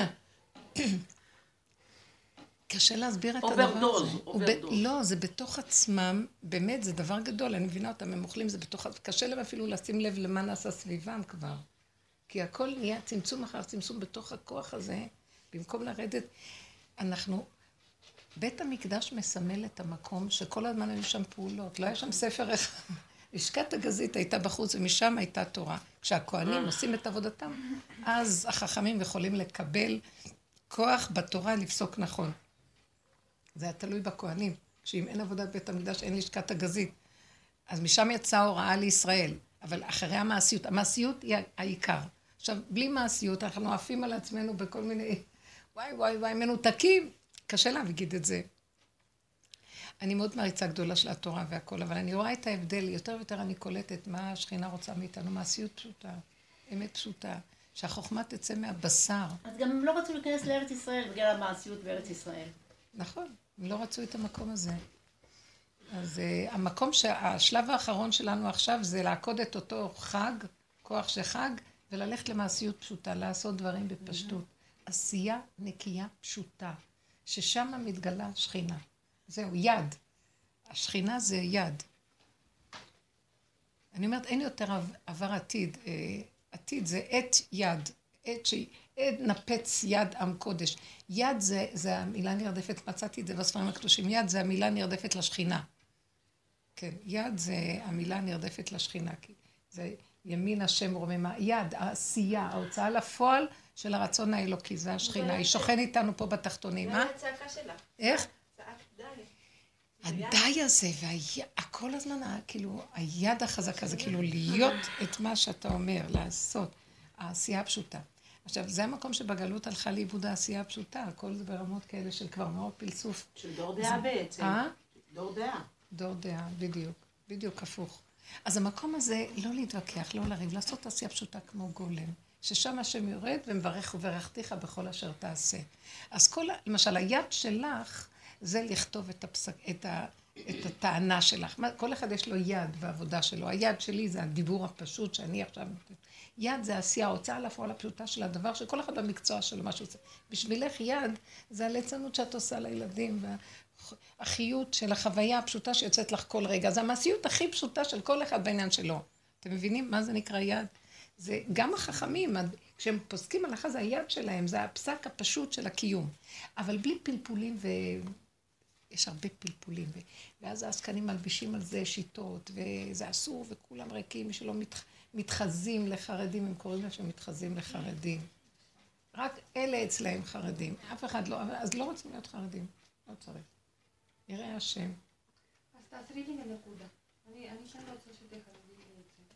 קשה להסביר את הדבר הזה. אוברדוז, אוברדוז. לא, זה בתוך עצמם, באמת, זה דבר גדול, אני מבינה אותם, הם אוכלים, זה בתוך... קשה להם אפילו לשים לב למה נעשה סביבם כבר. כי הכל נהיה צמצום אחר צמצום בתוך הכוח הזה, במקום לרדת, אנחנו... בית המקדש מסמל את המקום שכל הזמן היו שם פעולות, לא היה שם ספר אחד. לשכת הגזית הייתה בחוץ ומשם הייתה תורה. כשהכהנים עושים את עבודתם, אז החכמים יכולים לקבל כוח בתורה לפסוק נכון. זה היה תלוי בכהנים, שאם אין עבודת בית המקדש אין לשכת הגזית. אז משם יצאה הוראה לישראל, אבל אחרי המעשיות, המעשיות היא העיקר. עכשיו, בלי מעשיות אנחנו עפים על עצמנו בכל מיני, וואי וואי וואי, מנותקים. קשה להגיד את זה. אני מאוד מעריצה גדולה של התורה והכל, אבל אני רואה את ההבדל, יותר ויותר אני קולטת מה השכינה רוצה מאיתנו, מעשיות פשוטה, אמת פשוטה, שהחוכמה תצא מהבשר. אז גם הם לא רצו להיכנס לארץ ישראל בגלל המעשיות בארץ ישראל. נכון, הם לא רצו את המקום הזה. אז uh, המקום שהשלב האחרון שלנו עכשיו זה לעקוד את אותו חג, כוח שחג, וללכת למעשיות פשוטה, לעשות דברים בפשטות. עשייה נקייה פשוטה. ששם מתגלה שכינה. זהו, יד. השכינה זה יד. אני אומרת, אין יותר עבר עתיד. עתיד זה עת יד. עת שהיא, עת נפץ יד עם קודש. יד זה, זה המילה נרדפת, מצאתי את זה בספרים הקדושים. יד זה המילה נרדפת לשכינה. כן, יד זה המילה נרדפת לשכינה. זה ימין השם רוממה. יד, העשייה, ההוצאה לפועל, של הרצון האלוקי, זה השכינה, היא שוכן איתנו פה בתחתונים, אה? מה הצעקה שלה? איך? צעק די. הדי הזה, והכל הזמן, כאילו, היד החזקה זה כאילו להיות את מה שאתה אומר, לעשות, העשייה הפשוטה. עכשיו, זה המקום שבגלות הלכה לאיבוד העשייה הפשוטה, הכל זה ברמות כאלה של כבר מאוד פלסוף. של דור דעה בעצם. אה? דור דעה. דור דעה, בדיוק, בדיוק הפוך. אז המקום הזה, לא להתווכח, לא לריב, לעשות עשייה פשוטה כמו גולם. ששם השם יורד ומברך וברכתיך בכל אשר תעשה. אז כל, למשל, היד שלך זה לכתוב את, הפסק, את, ה, את הטענה שלך. כל אחד יש לו יד בעבודה שלו. היד שלי זה הדיבור הפשוט שאני עכשיו... יד זה העשייה, ההוצאה לפועל הפשוטה של הדבר, שכל אחד במקצוע שלו, מה שהוא עושה. בשבילך יד זה הליצנות שאת עושה לילדים, והחיות של החוויה הפשוטה שיוצאת לך כל רגע. זה המעשיות הכי פשוטה של כל אחד בעניין שלו. אתם מבינים מה זה נקרא יד? זה גם החכמים, כשהם פוסקים הלכה זה היד שלהם, זה הפסק הפשוט של הקיום. אבל בלי פלפולים, ויש הרבה פלפולים, ו... ואז העסקנים מלבישים על זה שיטות, וזה אסור, וכולם ריקים, שלא מת... מתחזים לחרדים, הם קוראים לה שהם מתחזים לחרדים. רק אלה אצלהם חרדים, אף אחד לא, אז לא רוצים להיות חרדים, לא צריך. יראה השם. אז תעזרי לי בנקודה. אני, אני כן רוצה שתחזרי לי את זה.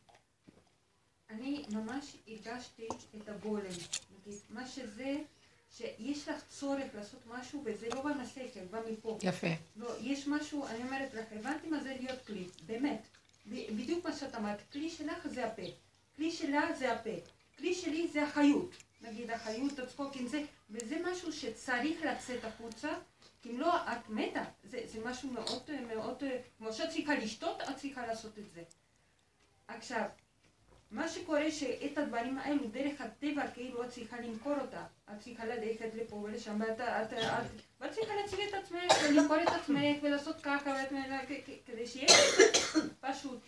אני ממש הרגשתי את הגולם. נגיד, מה שזה, שיש לך צורך לעשות משהו, וזה לא בא מהשכל, בא מפה. יפה. לא, יש משהו, אני אומרת לך, הבנתי מה זה להיות כלי, באמת. בדיוק מה שאת אמרת, כלי שלך זה הפה. כלי שלה זה הפה. כלי שלי זה החיות. נגיד, החיות, הצחוקים, זה, וזה משהו שצריך לצאת החוצה, כי אם לא, את מתה. זה, זה משהו מאוד, מאוד, כמו שאת צריכה לשתות, את צריכה לעשות את זה. עכשיו, מה שקורה שאת הדברים האלו, דרך הטבע, כאילו את צריכה למכור אותה. את צריכה ללכת לפה ולשם, ואת, את, את, ואת צריכה להציג את עצמך, ולמכור את עצמך, ולעשות ככה, כדי שיהיה פשוט.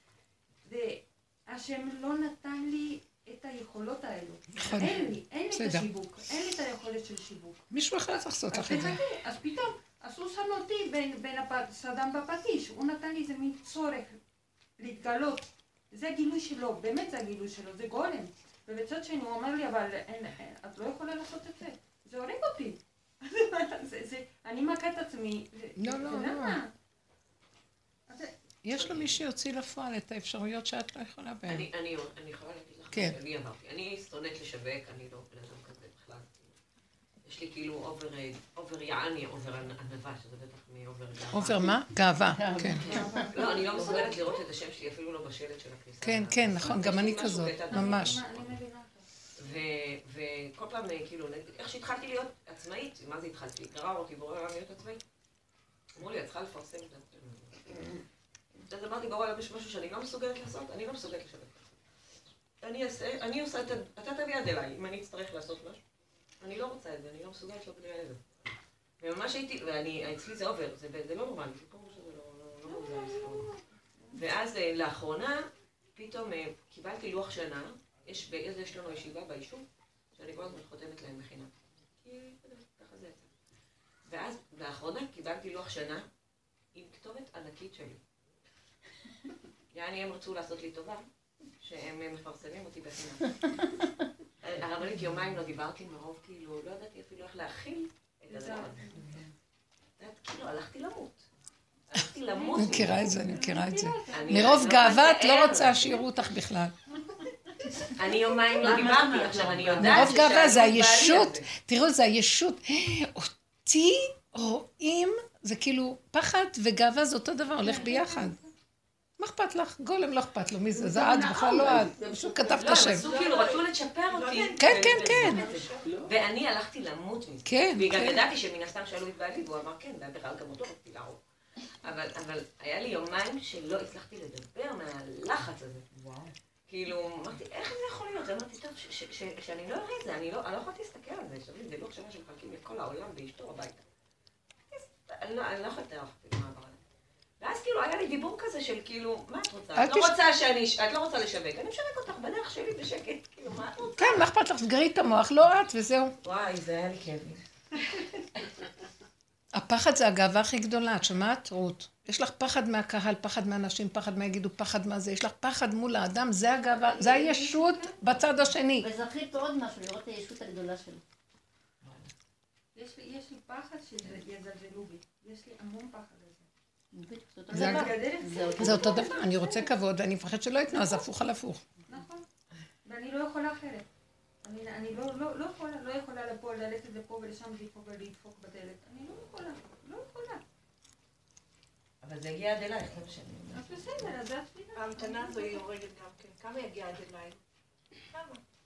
והשם לא נתן לי את היכולות האלו. אין לי, אין לי את השיווק, אין לי את היכולת של שיווק. מישהו אחד צריך לעשות לך את זה. אז פתאום, אז הוא שם אותי בין הסדם בפטיש, הוא נתן לי איזה מין צורך להתגלות. זה הגילוי שלו, באמת זה הגילוי שלו, זה גולם. ובצד שני הוא אומר לי, אבל את לא יכולה לעשות את זה, זה הורג אותי. אני מכה את עצמי. לא, לא, לא. יש לו מי שיוציא לפועל את האפשרויות שאת לא יכולה בהן. אני יכולה להגיד לך, כן. אני אמרתי, אני שונאת לשווק, אני לא בן אדם כזה בכלל. יש לי כאילו אובר יעני, אובר ענבה, שזה בטח מאובר גאווה. אובר מה? גאווה, כן. לא, אני לא מסוגלת לראות את השם שלי, אפילו לא בשלט של הכניסה. כן, כן, נכון, גם אני כזאת, ממש. וכל פעם, כאילו, איך שהתחלתי להיות עצמאית, מה זה התחלתי? גרר אותי בורא עולם להיות עצמאית. אמרו לי, את צריכה לפרסם את זה. אז אמרתי, בורא עולם יש משהו שאני לא מסוגלת לעשות, אני לא מסוגלת לשווק. אני אעשה, אני עושה את, אתה תביא יד אליי, אם אני אצטרך לעשות משהו. אני לא רוצה את זה, אני לא מסוגלת לא בגלל זה. וממש הייתי, ואני, אצלי זה עובר, זה לא נורמלי, זה כמו שזה לא מובן. ואז לאחרונה, פתאום קיבלתי לוח שנה, יש באיזה, יש לנו ישיבה ביישוב, שאני כל הזמן חותמת להם מכינה. כי, ככה זה יצא. ואז לאחרונה קיבלתי לוח שנה עם כתובת ענקית שלי. יעני, הם רצו לעשות לי טובה, שהם מפרסמים אותי בחינם. הרבנית יומיים לא דיברתי מרוב, כאילו, לא ידעתי אפילו איך להכיל את הדבר הזה. כאילו, הלכתי למות. הלכתי למות. אני מכירה את זה, אני מכירה את זה. מרוב גאווה את לא רוצה שיראו אותך בכלל. אני יומיים לא דיברתי, עכשיו אני יודעת מרוב גאווה זה הישות, תראו, זה הישות. אותי רואים, זה כאילו פחד וגאווה זה אותו דבר, הולך ביחד. מה אכפת לך? גולם לא אכפת לו, מי זה? זה את, בכלל לא את. פשוט כתב את השם. לא, רצו כאילו, רצו לצ'פר אותי. כן, כן, כן. ואני הלכתי למות מזה. כן, וגם ידעתי שמן הסתם שאלו את בעלי, והוא אמר כן, ובכלל גם אותו רציתי להרוג. אבל היה לי יומיים שלא הצלחתי לדבר מהלחץ הזה. כאילו, אמרתי, איך זה יכול להיות? אמרתי, טוב, שאני לא אראה את זה, אני לא יכולתי להסתכל על זה. שבי, זה לא שנה שמחלקים את כל העולם ואשתו הביתה. אני לא יכולת להראות את מה עבר. ואז כאילו היה לי דיבור כזה של כאילו, מה את רוצה? את לא רוצה שאני, את לא רוצה לשווק, אני משווק אותך בדרך שלי בשקט, כאילו, מה את רוצה? כן, מה אכפת לך? סגרי את המוח, לא את וזהו. וואי, זה היה לי כאבי. הפחד זה הגאווה הכי גדולה, את שומעת, רות? יש לך פחד מהקהל, פחד מהאנשים, פחד מה יגידו, פחד מה זה, יש לך פחד מול האדם, זה הגאווה, זה הישות בצד השני. וזכית עוד משהו, לראות את הישות הגדולה שלו. יש לי פחד שיזלזלו בי, יש לי המון פחד הזה. זה אותו דבר, אני רוצה כבוד ואני מפחד שלא יתנו, אז הפוך על הפוך. נכון, ואני לא יכולה אחרת. אני לא יכולה לפה, ללכת לפה ולשם ולדפוק בדלת. אני לא יכולה, לא יכולה. אבל זה הגיע עד אלייך, לא משנה. אז בסדר, אז זה התפילה. ההמתנה הזו היא הורגת גם כן. כמה יגיע עד אליי? כמה?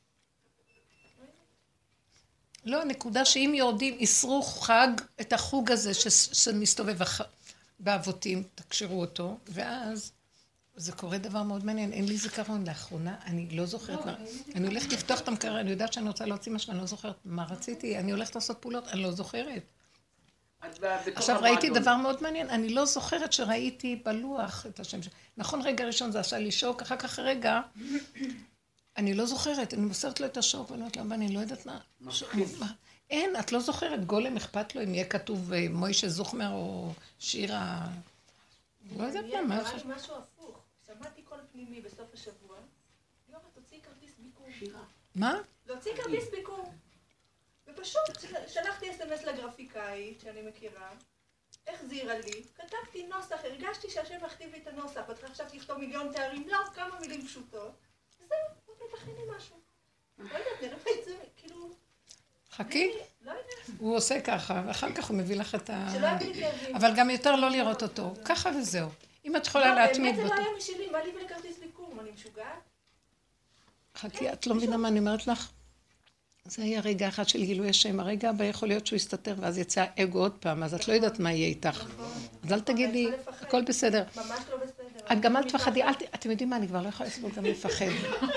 לא, הנקודה שאם יורדים, יסרו חג, את החוג הזה שמסתובב באבותים, תקשרו אותו, ואז זה קורה דבר מאוד מעניין, אין לי זיכרון לאחרונה, אני לא זוכרת, אני הולכת לפתוח את המקרר, אני יודעת שאני רוצה להוציא משהו, אני לא זוכרת מה רציתי, אני הולכת לעשות פעולות, אני לא זוכרת. עכשיו ראיתי דבר מאוד מעניין, אני לא זוכרת שראיתי בלוח את השם, נכון רגע ראשון זה עשה לי שוק, אחר כך רגע, אני לא זוכרת, אני מוסרת לו את השוק, ואני אומרת לו, אני לא יודעת מה, אין, את לא זוכרת, גולם אכפת לו אם יהיה כתוב מוישה זוכמר או שירה, לא יודעת מה, מה אחר? משהו הפוך, שמעתי קול פנימי בסוף השבוע, יורה, תוציא כרטיס ביקור. שירה. מה? להוציא כרטיס ביקור. ופשוט שלחתי אס אם אס לגרפיקאית שאני מכירה, החזירה לי, כתבתי נוסח, הרגשתי שהשם הכתיב לי את הנוסח, ואתה חשבתי לכתוב מיליון תארים, לא, כמה מילים פשוטות, וזהו, הוא תכיני משהו. לא יודעת, נראה את זה, כאילו... חכי, לא יודעת. הוא עושה ככה, ואחר כך הוא מביא לך את ה... שלא יביא לי כאבים. אבל גם יותר לא לראות אותו, ככה וזהו. אם את יכולה להתמיד באמת בו. זה לא היה משלי, מה לי ולכרטיס ביקור, מה אני משוגעת? חכי, את לא מבינה מה אני אומרת לך? זה היה רגע אחד של גילוי השם, הרגע הבא יכול להיות שהוא יסתתר, ואז יצא האגו עוד פעם, אז את לא יודעת מה יהיה איתך. אז אל תגידי, הכל בסדר. ממש לא בסדר. גם אל תפחדי, אתם יודעים מה, אני כבר לא יכולה לסבול גם לפחד.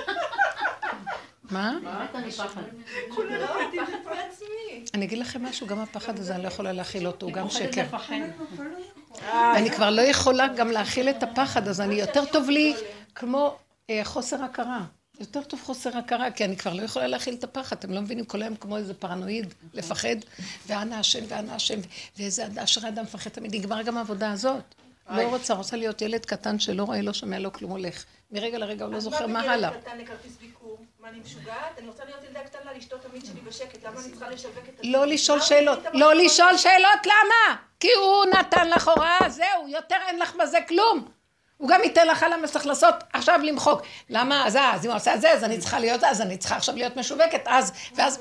מה? באמת אני פחד. כולה ראיתי את זה בעצמי. אני אגיד לכם משהו, גם הפחד הזה אני לא יכולה להכיל אותו, הוא גם שקר. לפחד. אני כבר לא יכולה גם להכיל את הפחד, אז אני יותר טוב לי כמו חוסר הכרה. יותר טוב חוסר הכרה, כי אני כבר לא יכולה להכיל את הפחד, אתם לא מבינים כל היום כמו איזה פרנואיד, לפחד, ואנה השם, ואנה השם, ואיזה אשרי אדם מפחד תמיד, נגמר גם העבודה הזאת. לא רוצה, רוצה להיות ילד קטן שלא רואה, לא שומע, לא כלום הולך. מרגע לרגע הוא לא זוכר מה הלאה. אז מה בגיל קטן לכרטיס ביקור? מה, אני משוגעת? אני רוצה להיות ילדה קטנה, לשתות תמיד שלי בשקט, למה אני צריכה לשווק את זה? לא לשאול שאלות, לא לשאול שאלות, למה? כי הוא נתן לך הוראה, זהו, יותר אין לך בזה כלום. הוא גם ייתן לך על המסך לעשות, עכשיו למחוק. למה? אז אז אם הוא עושה את זה, אז אני צריכה להיות, אז אני צריכה עכשיו להיות משווקת, אז, ואז,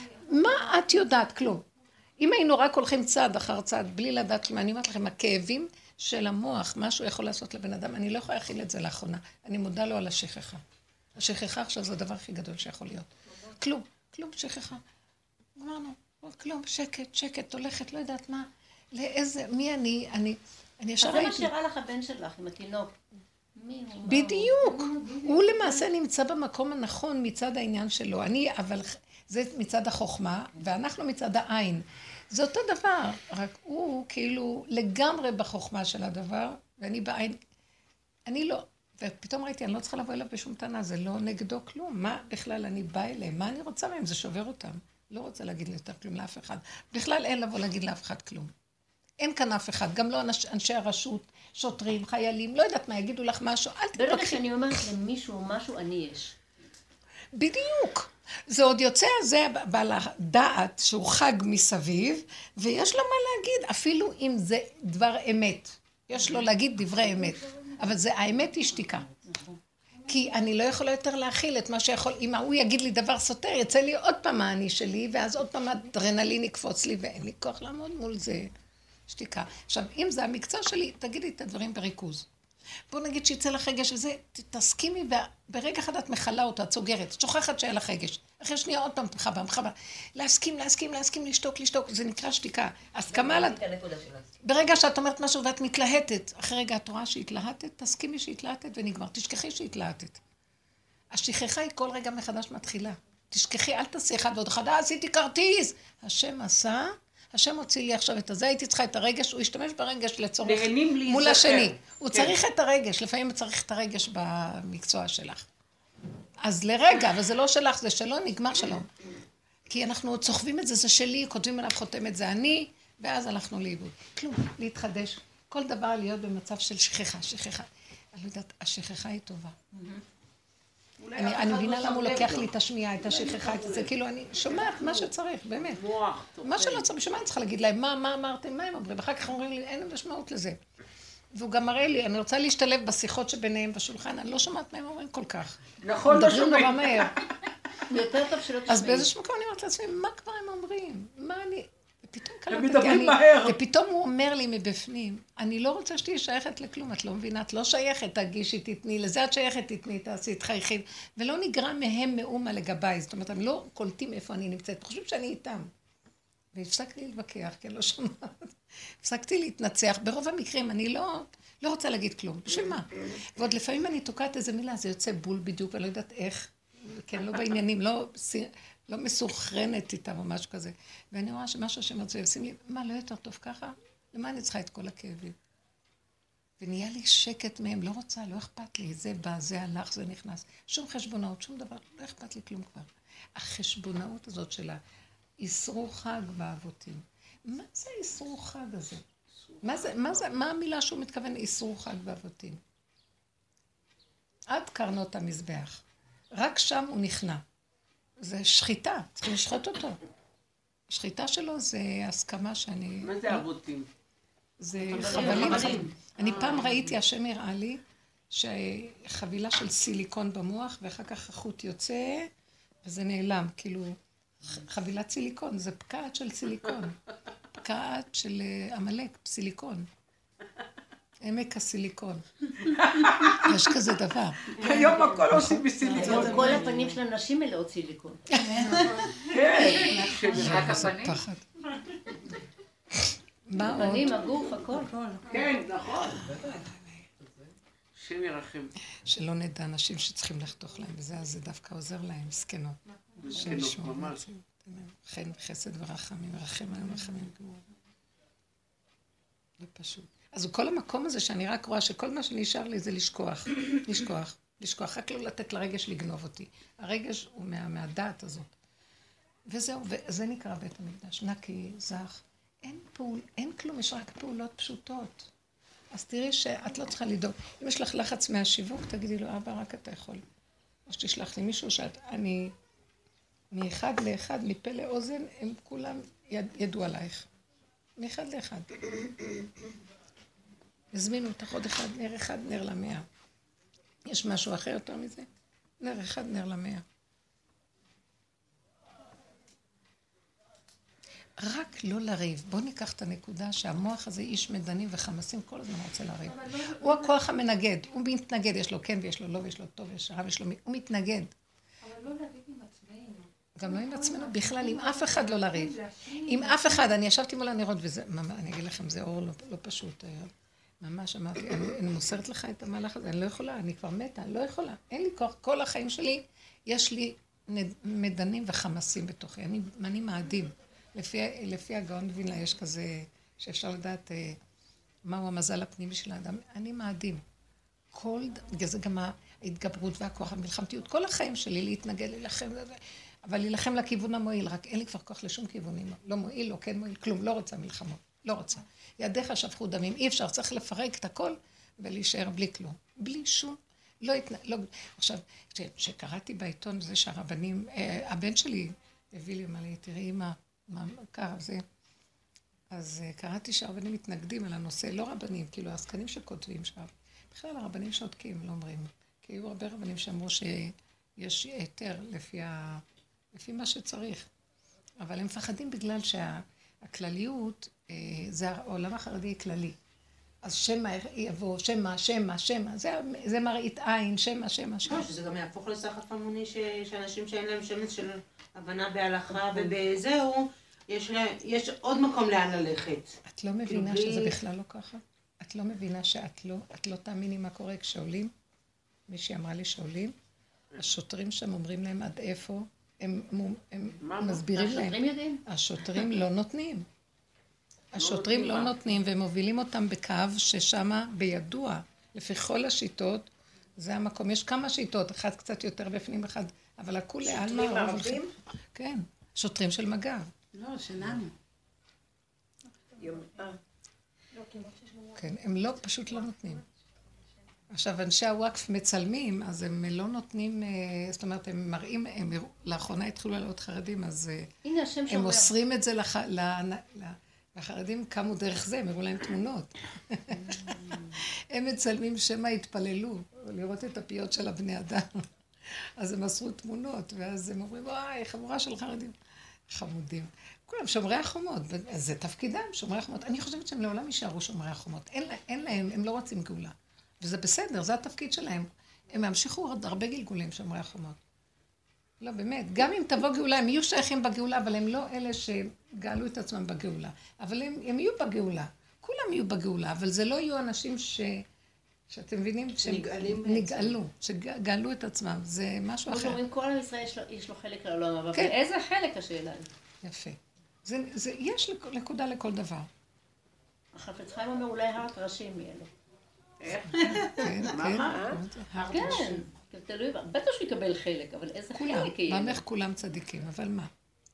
מה את יודעת? כלום. אם היינו רק הולכים צעד אחר צעד, בלי לדעת כלום, אני אומרת לכם, הכאבים של המוח, משהו יכול לעשות לבן אדם, אני לא יכולה להכיל את זה לאחרונה. אני מודה לו על השכחה. השכחה עכשיו זה הדבר הכי גדול שיכול להיות. כלום, כלום שכחה. אמרנו, כלום, שקט, שקט, הולכת, לא יודעת מה, לאיזה, מי אני, אני, אני ישר אז זה מה הייתי. שהראה לך הבן שלך עם התינוק. מי הוא? מה בדיוק. הוא למעשה נמצא במקום הנכון מצד העניין שלו. אני, אבל זה מצד החוכמה, ואנחנו מצד העין. זה אותו דבר, רק הוא כאילו לגמרי בחוכמה של הדבר, ואני בעין, אני לא, ופתאום ראיתי, אני לא צריכה לבוא אליו בשום טענה, זה לא נגדו כלום. מה בכלל אני באה אליהם? מה אני רוצה מהם? זה שובר אותם. לא רוצה להגיד לי יותר כלום לאף אחד. בכלל אין לבוא להגיד לאף אחד כלום. אין כאן אף אחד, גם לא אנש, אנשי הרשות, שוטרים, חיילים, לא יודעת מה, יגידו לך משהו, אל תתפקחי. ברגע שאני אומרת למישהו או משהו, אני יש. בדיוק. זה עוד יוצא, זה בעל הדעת שהוא חג מסביב, ויש לו מה להגיד, אפילו אם זה דבר אמת. יש לו להגיד דברי אמת. אבל זה, האמת היא שתיקה. כי אני לא יכולה יותר להכיל את מה שיכול, אם הוא יגיד לי דבר סותר, יצא לי עוד פעם האני שלי, ואז עוד פעם אדרנלין יקפוץ לי, ואין לי כוח לעמוד מול זה. שתיקה. עכשיו, אם זה המקצוע שלי, תגידי את הדברים בריכוז. בוא נגיד שיצא לך רגש וזה, תסכימי, וברגע אחד את מחלה אותה, את סוגרת, את שוכחת שהיה לך רגש. אחרי שנייה עוד פעם מחבה, מחבה. להסכים, להסכים, להסכים, לשתוק, לשתוק, זה נקרא שתיקה. הסכמה על... ברגע שאת אומרת משהו ואת מתלהטת, אחרי רגע את רואה שהתלהטת, תסכימי שהתלהטת ונגמר. תשכחי שהתלהטת. השכחה היא כל רגע מחדש מתחילה. תשכחי, אל תעשי אחד ועוד אחד, עשיתי כרטיס. השם עשה... השם הוציא לי עכשיו את הזה, הייתי צריכה את הרגש, הוא השתמש ברגש לצורך מול השני. הוא צריך את הרגש, לפעמים הוא צריך את הרגש במקצוע שלך. אז לרגע, וזה לא שלך, זה שלו, נגמר שלום. כי אנחנו צוחבים את זה, זה שלי, כותבים עליו חותמת, זה אני, ואז הלכנו לאיבוד. כלום, להתחדש. כל דבר להיות במצב של שכחה, שכחה. אני לא יודעת, השכחה היא טובה. אני מבינה למה הוא לוקח לי את השמיעה, את השכחה, את זה, כאילו אני שומעת מה שצריך, באמת. מה שלא צריך, בשביל מה אני צריכה להגיד להם, מה, מה אמרתם, מה הם אומרים, אחר כך אומרים לי, אין משמעות לזה. והוא גם מראה לי, אני רוצה להשתלב בשיחות שביניהם בשולחן, אני לא שומעת מה הם אומרים כל כך. נכון, לא שומעים. מדברים נורא מהר. יותר טוב שלא תשמעים. אז באיזשהו מקום אני אומרת לעצמי, מה כבר הם אומרים? מה אני... ופתאום הם מדברים מהר. ופתאום הוא אומר לי מבפנים, אני לא רוצה שתהיי שייכת לכלום, את לא מבינה, את לא שייכת, תגישי, תתני, לזה את שייכת, תתני, תעשי, תחייכי, ולא נגרע מהם מאומה לגביי, זאת אומרת, הם לא קולטים איפה אני נמצאת, חושבים שאני איתם. והפסקתי להתווכח, כי אני לא שומעת. הפסקתי להתנצח, ברוב המקרים אני לא, לא רוצה להגיד כלום, בשביל מה? ועוד לפעמים אני תוקעת איזה מילה, זה יוצא בול בדיוק, ולא יודעת איך, כן, לא בעניינים, לא... לא מסוכרנת איתם או משהו כזה. ואני רואה שמשהו שמרצה, עושים לי, מה, לא יותר טוב ככה? למה אני צריכה את כל הכאבים? ונהיה לי שקט מהם, לא רוצה, לא אכפת לי, זה בא, זה הלך, זה נכנס. שום חשבונאות, שום דבר, לא אכפת לי כלום כבר. החשבונאות הזאת שלה, איסרו חג באבותים. מה זה איסרו חג הזה? מה זה, מה זה, מה המילה שהוא מתכוון איסרו חג באבותים? עד קרנות המזבח. רק שם הוא נכנע. זה שחיטה, צריכים לשחוט אותו. השחיטה שלו זה הסכמה שאני... מה זה אבותים? זה חבלים. אני פעם ראיתי, השם הראה לי, שחבילה של סיליקון במוח, ואחר כך החוט יוצא, וזה נעלם, כאילו, חבילת סיליקון, זה פקעת של סיליקון. פקעת של עמלק, סיליקון. עמק הסיליקון. יש כזה דבר. היום הכל עושים בסיליקון. כל הפנים של הנשים מלאות סיליקון. כן. רק הפנים? פחד. מה עוד? הפנים, הגוף, הכל. כן, נכון. השם ירחם. שלא נדע אנשים שצריכים לחתוך להם, וזה אז זה דווקא עוזר להם, סכנות. סכנות, ממש. חן וחסד ורחמים, ורחם היום ורחמים גמור. זה פשוט. אז כל המקום הזה שאני רק רואה שכל מה שנשאר לי זה לשכוח, לשכוח, לשכוח, רק לא לתת לרגש לגנוב אותי. הרגש הוא מה, מהדעת הזאת. וזהו, וזה נקרא בית המקדש, נקי, זך. אין פעול, אין כלום, יש רק פעולות פשוטות. אז תראי שאת לא צריכה לדאוג. אם יש לך לחץ מהשיווק, תגידי לו, אבא, רק אתה יכול. או שתשלח לי מישהו שאת, אני, מאחד לאחד, מפה לאוזן, הם כולם יד, ידעו עלייך. מאחד לאחד. הזמינו אותך עוד אחד, נר אחד, נר למאה. יש משהו אחר יותר מזה? נר אחד, נר למאה. רק לא לריב. בואו ניקח את הנקודה שהמוח הזה איש מדנים וחמסים כל הזמן רוצה לריב. הוא הכוח המנגד, הוא מתנגד, יש לו כן ויש לו לא ויש לו טוב ויש רע ויש לו מי, הוא מתנגד. אבל לא לריב עם עצמנו. גם לא עם עצמנו, בכלל עם אף אחד לא לריב. עם אף אחד, אני ישבתי מול הנרות וזה, אני אגיד לכם, זה אור לא פשוט. ממש אמרתי, אני מוסרת לך את המהלך הזה, אני לא יכולה, אני כבר מתה, אני לא יכולה. אין לי כוח, כל החיים שלי, יש לי מדנים וחמסים בתוכי, אני מאדים. לפי, לפי הגאון וילה יש כזה, שאפשר לדעת אה, מהו המזל הפנימי של האדם. אני מאדים. כל, זה גם ההתגברות והכוח, המלחמתיות, כל החיים שלי להתנגד, להילחם, אבל להילחם לכיוון המועיל, רק אין לי כבר כוח לשום כיוונים. לא מועיל, לא כן מועיל, כלום, לא רוצה מלחמות, לא רוצה. ידיך שפכו דמים, אי אפשר, צריך לפרק את הכל ולהישאר בלי כלום. בלי שום, לא התנ... לא... עכשיו, שקראתי בעיתון זה שהרבנים, אה, הבן שלי הביא לי, אמר לי, תראי אמא, מה קרה זה? אז קראתי שהרבנים מתנגדים על הנושא, לא רבנים, כאילו העסקנים שכותבים שם. בכלל הרבנים שותקים, לא אומרים. כי היו הרבה רבנים שאמרו שיש היתר לפי, ה... לפי מה שצריך. אבל הם מפחדים בגלל שהכלליות, זה העולם החרדי כללי. אז שמה יבוא, שמה, שמה, שמה, זה, זה מראית עין, שמה, שמה, שמה. לא, שזה גם יהפוך לסחף המוני שאנשים שאין להם שמץ של הבנה בהלכה ובזהו, יש, יש עוד מקום לאן ללכת. את לא מבינה שזה בכלל לא ככה? את לא מבינה שאת לא, את לא תאמיני מה קורה כשעולים? מישהי אמרה לי שעולים, השוטרים שם אומרים להם עד איפה, הם, הם, הם מסבירים להם. השוטרים יודעים? השוטרים לא נותנים. השוטרים לא נותנים והם מובילים אותם בקו ששמה בידוע, לפי כל השיטות, זה המקום. יש כמה שיטות, אחד קצת יותר בפנים, אחד, אבל הכול לאן מה... שוטרים ערבים? כן, שוטרים של מג"ב. לא, שלנו. כן, הם לא, פשוט לא נותנים. עכשיו, אנשי הוואקף מצלמים, אז הם לא נותנים, זאת אומרת, הם מראים, הם לאחרונה התחילו לעלות חרדים, אז הם מוסרים את זה לח... והחרדים קמו דרך זה, הם הראו להם תמונות. הם מצלמים שמה התפללו, לראות את הפיות של הבני אדם. אז הם מסרו תמונות, ואז הם אומרים, וואי, חבורה של חרדים. חמודים. כולם שומרי החומות, זה תפקידם, שומרי החומות. אני חושבת שהם לעולם יישארו שומרי החומות. אין, אין להם, הם לא רוצים גאולה. וזה בסדר, זה התפקיד שלהם. הם ימשיכו עוד הרבה גלגולים, שומרי החומות. לא, באמת. גם אם תבוא גאולה, הם יהיו שייכים בגאולה, אבל הם לא אלה שגאלו את עצמם בגאולה. אבל הם, הם יהיו בגאולה. כולם יהיו בגאולה, אבל זה לא יהיו אנשים ש... שאתם מבינים שהם נגאלו, שגאלו את עצמם. זה משהו אחר. כמו שאומרים, כל עם ישראל יש לו, יש לו חלק לעולם, אבל כן. איזה חלק השאלה? יפה. זה, זה, יש נקודה לכל דבר. החפץ חיים אומר, אולי הר טרשים מאלו. כן, כן. כן, תלוי, בטח שהוא יקבל חלק, אבל איזה חלק יהיה? ממך כולם צדיקים, אבל מה?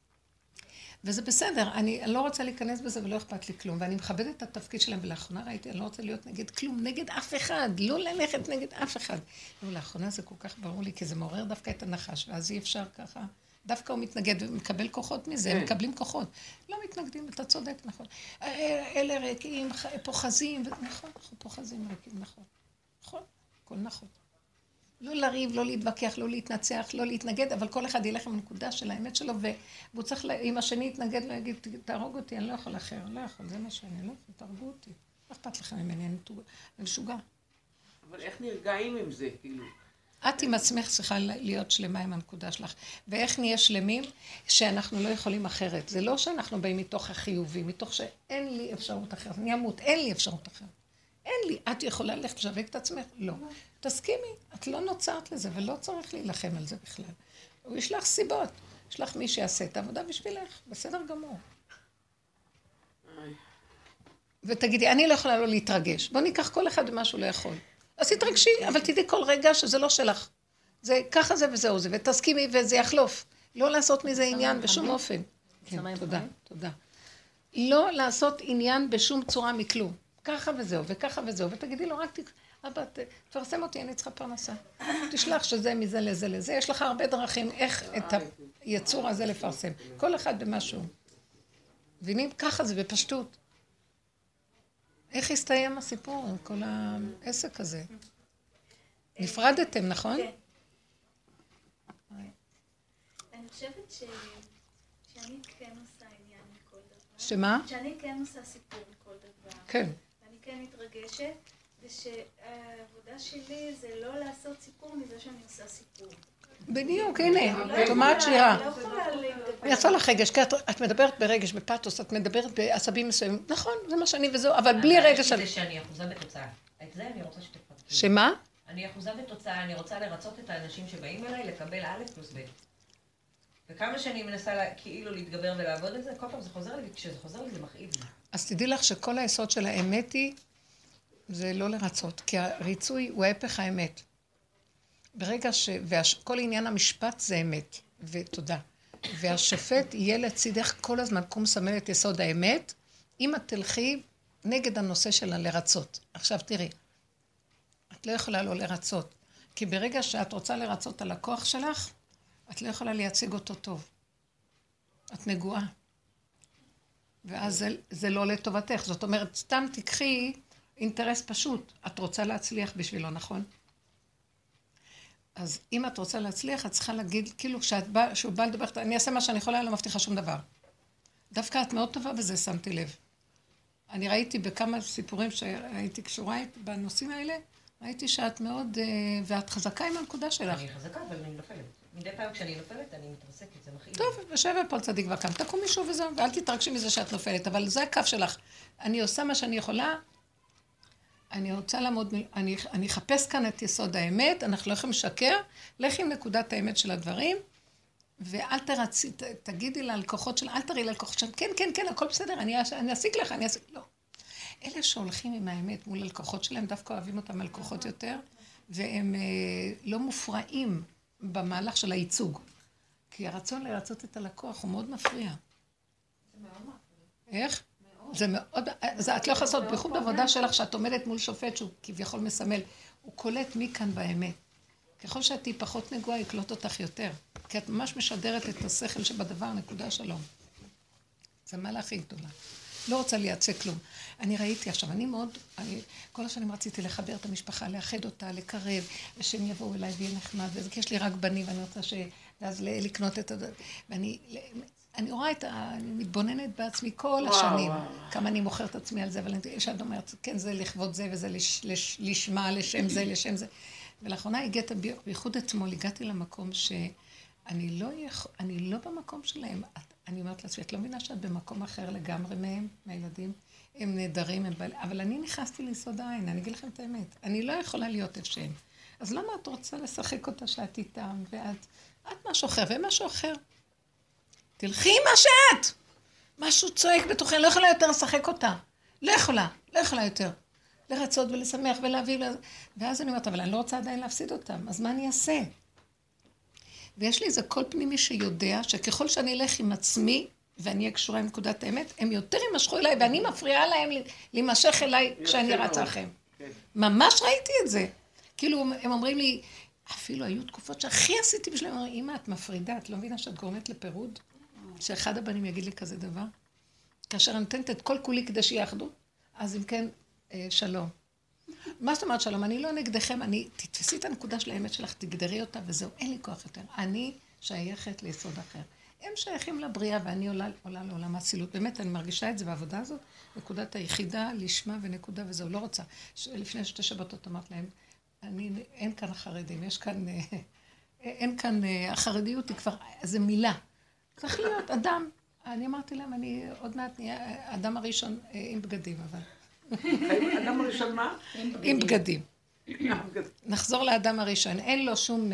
וזה בסדר, אני לא רוצה להיכנס בזה ולא אכפת לי כלום, ואני מכבדת את התפקיד שלהם, ולאחרונה ראיתי, אני לא רוצה להיות נגד כלום, נגד אף אחד, לא ללכת נגד אף אחד. ולאחרונה זה כל כך ברור לי, כי זה מעורר דווקא את הנחש, ואז אי אפשר ככה, דווקא הוא מתנגד ומקבל כוחות מזה, הם מקבלים כוחות. לא מתנגדים, אתה צודק, נכון. אלה ריקים, פוחזים, נכון, אנחנו פוחזים ריקים, נכון. נכון, הכל נכון. לא לריב, לא להתווכח, לא להתנצח, לא להתנגד, אבל כל אחד ילך עם הנקודה של האמת שלו, והוא צריך, אם השני יתנגד לו, יגיד, תהרוג אותי, אני לא יכול אחר, אני לא יכול, זה מה שאני לא יכול, תהרגו אותי. לא אכפת לך ממני, אני משוגע. אבל איך נרגעים עם זה, כאילו? את עם עצמך צריכה להיות שלמה עם הנקודה שלך. ואיך נהיה שלמים? שאנחנו לא יכולים אחרת. זה לא שאנחנו באים מתוך החיובי, מתוך שאין לי אפשרות אחרת. אני אמות, אין לי אפשרות אחרת. אין לי, את יכולה ללכת לשווק את עצמך? לא. תסכימי, את לא נוצרת לזה, ולא צריך להילחם על זה בכלל. הוא ישלח סיבות, ישלח מי שיעשה את העבודה בשבילך, בסדר גמור. ותגידי, אני לא יכולה לא להתרגש. בוא ניקח כל אחד במה שהוא לא יכול. אז תתרגשי, אבל תדעי כל רגע שזה לא שלך. זה ככה זה וזהו זה, ותסכימי וזה יחלוף. לא לעשות מזה עניין בשום אופן. כן, תודה, תודה. לא לעשות עניין בשום צורה מכלום. ככה וזהו, וככה וזהו, ותגידי לו, רק אבא, תפרסם אותי, אני צריכה פרנסה. תשלח שזה מזה לזה לזה. יש לך הרבה דרכים איך את היצור הזה לפרסם. כל אחד במשהו. מבינים? ככה זה בפשטות. איך הסתיים הסיפור עם כל העסק הזה? נפרדתם, נכון? כן. אני חושבת ש... שאני כן עושה עניין מכל דבר. שמה? שאני כן עושה סיפור מכל דבר. כן. אני כן מתרגשת, ושהעבודה שלי זה לא לעשות סיפור מזה שאני עושה סיפור. בדיוק, הנה, את אומרת שירה. אני לא יכולה לדבר. יצא לך רגש, כי את מדברת ברגש, בפאטוס, את מדברת בעשבים מסוימים. נכון, זה מה שאני וזהו, אבל בלי רגש... זה שאני אחוזה בתוצאה. את זה אני רוצה שתפרקי. שמה? אני אחוזה בתוצאה, אני רוצה לרצות את האנשים שבאים אליי לקבל א' פלוס ב'. וכמה שאני מנסה כאילו להתגבר ולעבוד את זה, כל פעם זה חוזר לי, וכשזה חוזר לי זה מכאיב לי. אז תדעי לך שכל היסוד של האמת היא, זה לא לרצות, כי הריצוי הוא ההפך האמת. ברגע ש... וכל עניין המשפט זה אמת, ותודה. והשופט יהיה לצידך כל הזמן, כמו מסמל את יסוד האמת, אם את תלכי נגד הנושא שלה לרצות. עכשיו תראי, את לא יכולה לא לרצות, כי ברגע שאת רוצה לרצות את הלקוח שלך, את לא יכולה לייצג אותו טוב. את נגועה. ואז זה, זה לא לטובתך. זאת אומרת, סתם תקחי אינטרס פשוט. את רוצה להצליח בשבילו, נכון? אז אם את רוצה להצליח, את צריכה להגיד, כאילו, כשאת בא, שהוא בא לדבר, אני אעשה מה שאני יכולה, לא מבטיחה שום דבר. דווקא את מאוד טובה בזה, שמתי לב. אני ראיתי בכמה סיפורים שהייתי קשורה בנושאים האלה, ראיתי שאת מאוד, ואת חזקה עם הנקודה שלך. אני חזקה, אבל אני נופלת. מדי פעם כשאני נופלת, אני מתרסקת, זה מכאיב. טוב, יושב פה צדיק וקם, תקום מישהו וזהו, ואל תתרגשי מזה שאת נופלת, אבל זה הקו שלך. אני עושה מה שאני יכולה, אני רוצה לעמוד, אני, אני אחפש כאן את יסוד האמת, אנחנו לא יכולים לשקר, לך עם נקודת האמת של הדברים, ואל תרצי, ת, תגידי ללקוחות שלה, אל תראי ללקוחות שלה, כן, כן, כן, הכל בסדר, אני, אני אשיג לך, אני אשיג, לא. אלה שהולכים עם האמת מול הלקוחות שלהם, דווקא אוהבים אותם הלקוחות יותר, והם אה, לא מופרעים במהלך של הייצוג. כי הרצון לרצות את הלקוח הוא מאוד מפריע. זה מאוד מפריע. איך? זה מאוד, זה את לא יכולה לעשות, בייחוד עבודה שלך שאת עומדת מול שופט שהוא כביכול מסמל, הוא קולט מי כאן באמת. ככל שאת תהי פחות נגועה, יקלוט אותך יותר. כי את ממש משדרת את השכל שבדבר, נקודה שלום. זה מעלה הכי גדולה. לא רוצה לייצא כלום. אני ראיתי עכשיו, אני מאוד, אני, כל השנים רציתי לחבר את המשפחה, לאחד אותה, לקרב, ושהם יבואו אליי ויהיה נחמד, וזה כי יש לי רק בנים, ואני רוצה ש... ואז לקנות את הדבר. ואני אני רואה את ה... אני מתבוננת בעצמי כל השנים, כמה אני מוכרת עצמי על זה, אבל אני שאת אומרת, כן, זה לכבוד זה, וזה לש, לש, לשמה, לשם זה, לשם זה. ולאחרונה הגעת, בייחוד אתמול, הגעתי למקום שאני לא, יכול, אני לא במקום שלהם. אני אומרת לעצמי, את לא מבינה שאת במקום אחר לגמרי מהם, מהילדים, הם נהדרים, הם בעלי, אבל אני נכנסתי ליסוד העין, אני אגיד לכם את האמת, אני לא יכולה להיות איפשהם. אז למה את רוצה לשחק אותה שאת איתם, ואת, את משהו אחר, ומשהו אחר. תלכי מה שאת! משהו צועק בתוכן, לא יכולה יותר לשחק אותה. לא יכולה, לא יכולה יותר. לרצות ולשמח ולהביא, ואז אני אומרת, אבל אני לא רוצה עדיין להפסיד אותם, אז מה אני אעשה? ויש לי איזה קול פנימי שיודע שככל שאני אלך עם עצמי, ואני אהיה קשורה עם נקודת האמת, הם יותר יימשכו אליי, ואני מפריעה להם להימשך אליי כשאני רצה לכם. ממש ראיתי את זה. כאילו, הם אומרים לי, אפילו היו תקופות שהכי עשיתי בשביל, הם אומרים, אמא, את מפרידה, את לא מבינה שאת גורמת לפירוד? שאחד הבנים יגיד לי כזה דבר? כאשר אני נותנת את כל כולי כדי שיהיה אחדות, אז אם כן, שלום. מה זאת אומרת שלום? אני לא נגדכם, אני, תתפסי את הנקודה של האמת שלך, תגדרי אותה, וזהו, אין לי כוח יותר. אני שייכת ליסוד אחר. הם שייכים לבריאה, ואני עולה, עולה לעולם האצילות. באמת, אני מרגישה את זה בעבודה הזאת, נקודת היחידה, לשמה ונקודה, וזהו, לא רוצה. לפני שתי שבתות אמרת להם, אני, אין כאן החרדים, יש כאן, אין כאן, החרדיות היא כבר, זה מילה. צריך להיות אדם. אני אמרתי להם, אני עוד מעט נהיה אדם הראשון עם בגדים, אבל... אדם הראשון מה? עם בגדים. נחזור לאדם הראשון, אין לו שום...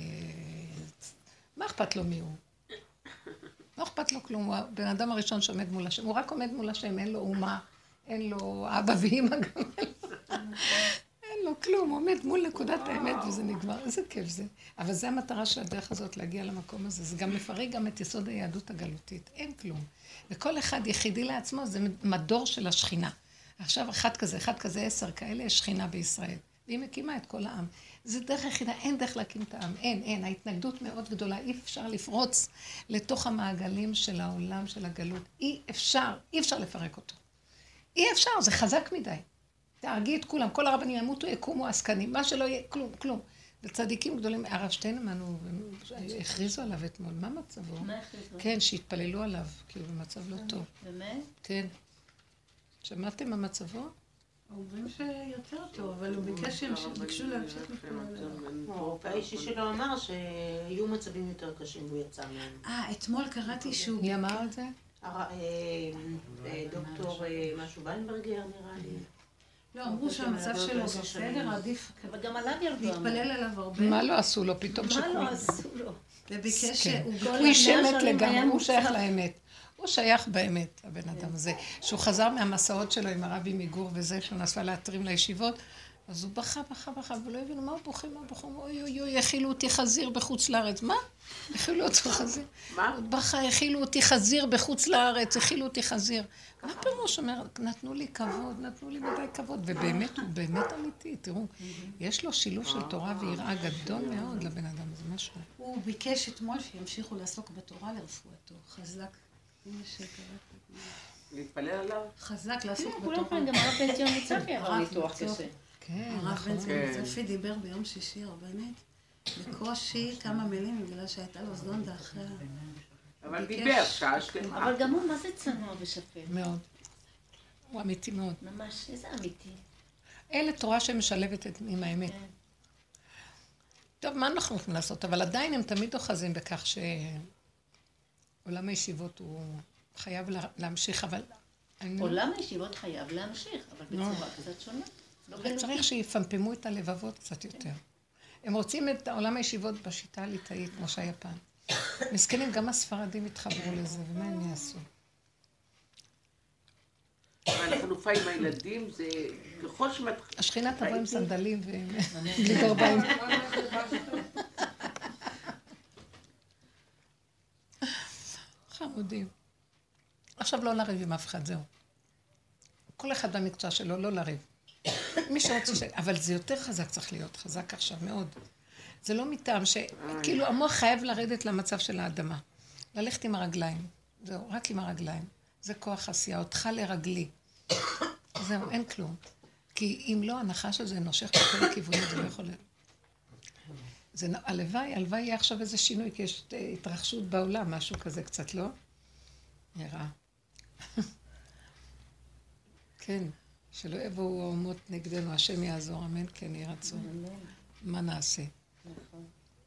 מה אכפת לו מי הוא? לא אכפת לו כלום, הוא הבן אדם הראשון שעומד מול השם, הוא רק עומד מול השם, אין לו אומה, אין לו אבא ואמא גם, אין לו לו כלום, הוא עומד מול נקודת האמת וזה נגמר, איזה כיף זה. אבל זה המטרה של הדרך הזאת, להגיע למקום הזה. זה גם לפרק גם את יסוד היהדות הגלותית, אין כלום. וכל אחד יחידי לעצמו, זה מדור של השכינה. עכשיו אחד כזה, אחד כזה, עשר כאלה, יש שכינה בישראל. והיא מקימה את כל העם. זה דרך יחידה, אין דרך להקים את העם, אין, אין. ההתנגדות מאוד גדולה, אי אפשר לפרוץ לתוך המעגלים של העולם, של הגלות. אי אפשר, אי אפשר לפרק אותו. אי אפשר, זה חזק מדי. תהרגי את כולם, כל הרבנים ימותו, יקומו עסקנים, מה שלא יהיה, כלום, כלום. וצדיקים גדולים, הרב שטיינמן, הוא הכריזו עליו אתמול, מה מצבו? מה הכריזו? כן, שהתפללו עליו, כי הוא במצב לא טוב. באמת? כן. שמעתם מה מצבו? אומרים שיותר טוב, אבל הוא ביקש שביקשו להמשיך לפעול. הרופא האישי שלו אמר שיהיו מצבים יותר קשים, הוא יצא מהם. אה, אתמול קראתי שהוא... מי אמר את זה? דוקטור משהו ויינברגר נראה לי. לא, אמרו שהמצב שלו בסדר, עדיף אבל גם עליו ירדו. להתפלל עליו הרבה. מה לא עשו לו פתאום מה שכולם? לא עשו לו? וביקש כן. שהוא... הוא איש אמת לגמרי, הוא שייך לאמת. הוא שייך באמת, הבן אדם הזה. שהוא חזר מהמסעות שלו עם הרבי מגור וזה, שהוא נסע להתרים לישיבות, אז הוא בכה, בכה, בכה, ולא הבינו מה הוא בוכה, מה הוא בוכה, אוי אוי אוי, הכילו אותי חזיר בחוץ לארץ. מה? הכילו אותי חזיר. מה? הוא בכה, הכילו אותי חזיר בחוץ לארץ, הכילו אותי חזיר. מה פירוש? אומר, נתנו לי כבוד, נתנו לי מדי כבוד, ובאמת, הוא באמת אמיתי, תראו, יש לו שילוב של תורה ויראה גדול מאוד לבן אדם, זה משהו. הוא ביקש אתמול שימשיכו לעסוק בתורה לרפואתו, חזק. להתפלל עליו? חזק לעסוק כולם בתורה. כאן, גם הרב בן ציון מצפי עבר ניתוח קשה. כן, הרב נכון. בן ציון מצפי דיבר ביום שישי רבנית, בקושי כמה מילים בגלל שהייתה לו זונדה אחרי... אבל דיבר שעה שלמה. אבל גם הוא, מה זה צנוע ושפל? מאוד. הוא אמיתי מאוד. ממש, איזה אמיתי. אלה תורה שמשלבת את- עם האמת. כן. טוב, מה אנחנו יכולים לעשות? אבל עדיין הם תמיד אוחזים בכך שעולם הישיבות הוא חייב לה- להמשיך, אבל... אני- עולם הישיבות חייב להמשיך, אבל בצורה קצת שונה. לא אבל גלותית. צריך שיפמפמו את הלבבות קצת יותר. הם רוצים את עולם הישיבות בשיטה הליטאית, כמו שהיה פעם. מסכנים, גם הספרדים התחברו לזה, ומה הם יעשו? אבל החנופה עם הילדים זה ככל שמתחיל... השכינה תבוא עם סנדלים ובלי גרביים. חמודים. עכשיו לא לריב עם אף אחד, זהו. כל אחד במקצוע שלו, לא לריב. מי שרוצה ש... אבל זה יותר חזק צריך להיות, חזק עכשיו מאוד. זה לא מטעם ש... כאילו המוח חייב לרדת למצב של האדמה. ללכת עם הרגליים. זהו, רק עם הרגליים. זה כוח עשייה, אותך לרגלי. זהו, אין כלום. כי אם לא, הנחש הזה נושך בכל הכיוונים, זה לא יכול... זה הלוואי, הלוואי יהיה עכשיו איזה שינוי, כי יש התרחשות בעולם, משהו כזה קצת, לא? נראה. כן, שלא יבואו האומות נגדנו, השם יעזור, אמן, כן, יהיה רצון. מה נעשה? נכון.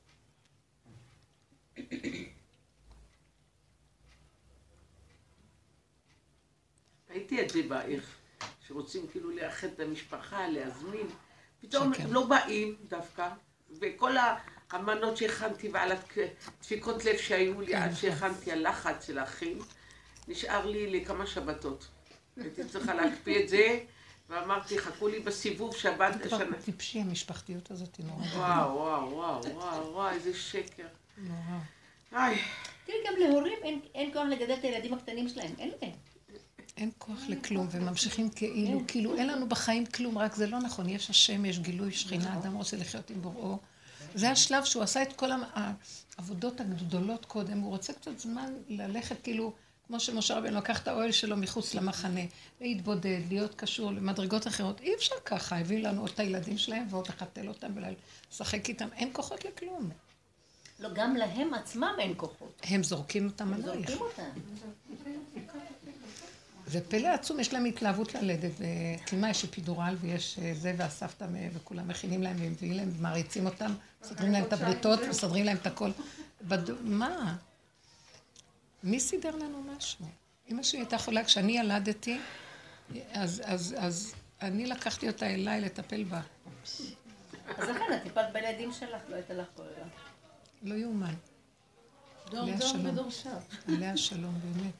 ראיתי את זה בעיר, שרוצים כאילו לאחד את המשפחה, להזמין. פתאום שכן. לא באים דווקא, וכל המנות שהכנתי ועל הדפיקות לב שהיו לי עד שהכנתי הלחץ של האחים, נשאר לי לכמה שבתות. הייתי צריכה להקפיא את זה, ואמרתי, חכו לי בסיבוב שבת... כבר שנה. טיפשי, המשפחתיות הזאת היא נורא. וואו, וואו, וואו, וואו, וואו, איזה שקר. נורא. איי, תראי, גם להורים אין- אין כוח לגדל את הילדים הקטנים שלהם, אין להם. אין כוח לכלום, וממשיכים כאילו, כאילו אין לנו בחיים כלום, רק זה לא נכון, יש השם, יש גילוי שכינה, אדם רוצה לחיות עם בוראו. זה השלב שהוא עשה את כל העבודות הגדולות קודם, הוא רוצה קצת זמן ללכת כאילו, כמו שמשה רבנו לקח את האוהל שלו מחוץ למחנה, להתבודד, להיות קשור למדרגות אחרות. אי אפשר ככה, הביאו לנו את הילדים שלהם ועוד לחתל אותם ולשחק איתם, אין כוחות לכלום. לא, גם להם עצמם אין כוחות. הם זורקים אותם הם עלייך. זורקים אותם. ופלא עצום, יש להם התלהבות ללדת, כי מה, יש אפידורל ויש זה, והסבתא וכולם מכינים להם ומביאים להם ומעריצים אותם, מסדרים להם את הבריתות ומסדרים להם את הכל. בד... מה? מי סידר לנו משהו? אמא שלי הייתה חולה, כשאני ילדתי, אז, אז, אז אני לקחתי אותה אליי לטפל בה. אז לכן, את טיפלת בילדים שלך, לא הייתה לך קוראה. לא יאומן. דור עליה דור שלום. ודור שב. עליה שלום, באמת.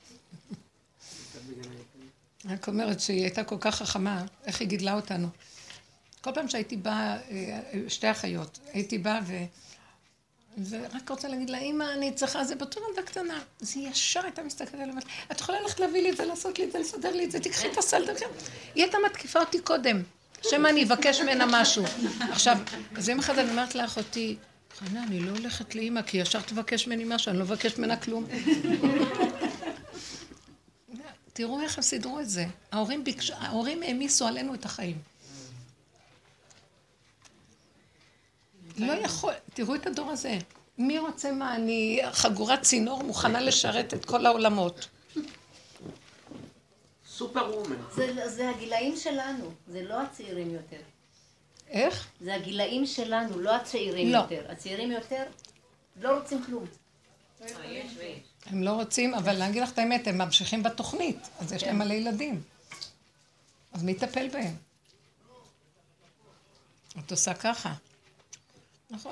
רק אומרת שהיא הייתה כל כך חכמה, איך היא גידלה אותנו. כל פעם שהייתי באה, שתי אחיות, הייתי באה ו... ורק רוצה להגיד לה, אמא, אני צריכה, זה בתור ילדה קטנה. זה ישר הייתה מסתכלת עליהם, את יכולה ללכת להביא לי את זה, לעשות לי את זה, לסדר לי את זה, תקחי את הסל, תקחי. היא הייתה מתקיפה אותי קודם, שמה אני אבקש ממנה משהו. עכשיו, אז יום אחד אני אומרת לאחותי, חנה, אני לא הולכת לאמא, כי ישר תבקש ממני משהו, אני לא מבקש ממנה כלום. תראו איך הם סידרו את זה. ההורים ביקשו, ההורים העמיסו עלינו את החיים. לא יכול, תראו את הדור הזה. מי רוצה מה? אני חגורת צינור מוכנה לשרת את כל העולמות. סופר וומן. זה, זה הגילאים שלנו, זה לא הצעירים יותר. איך? זה הגילאים שלנו, לא הצעירים לא. יותר. הצעירים יותר לא רוצים כלום. הם לא רוצים, אבל להגיד לך את האמת, הם ממשיכים בתוכנית, אז יש להם מלא ילדים. אז מי יטפל בהם? את עושה ככה. נכון.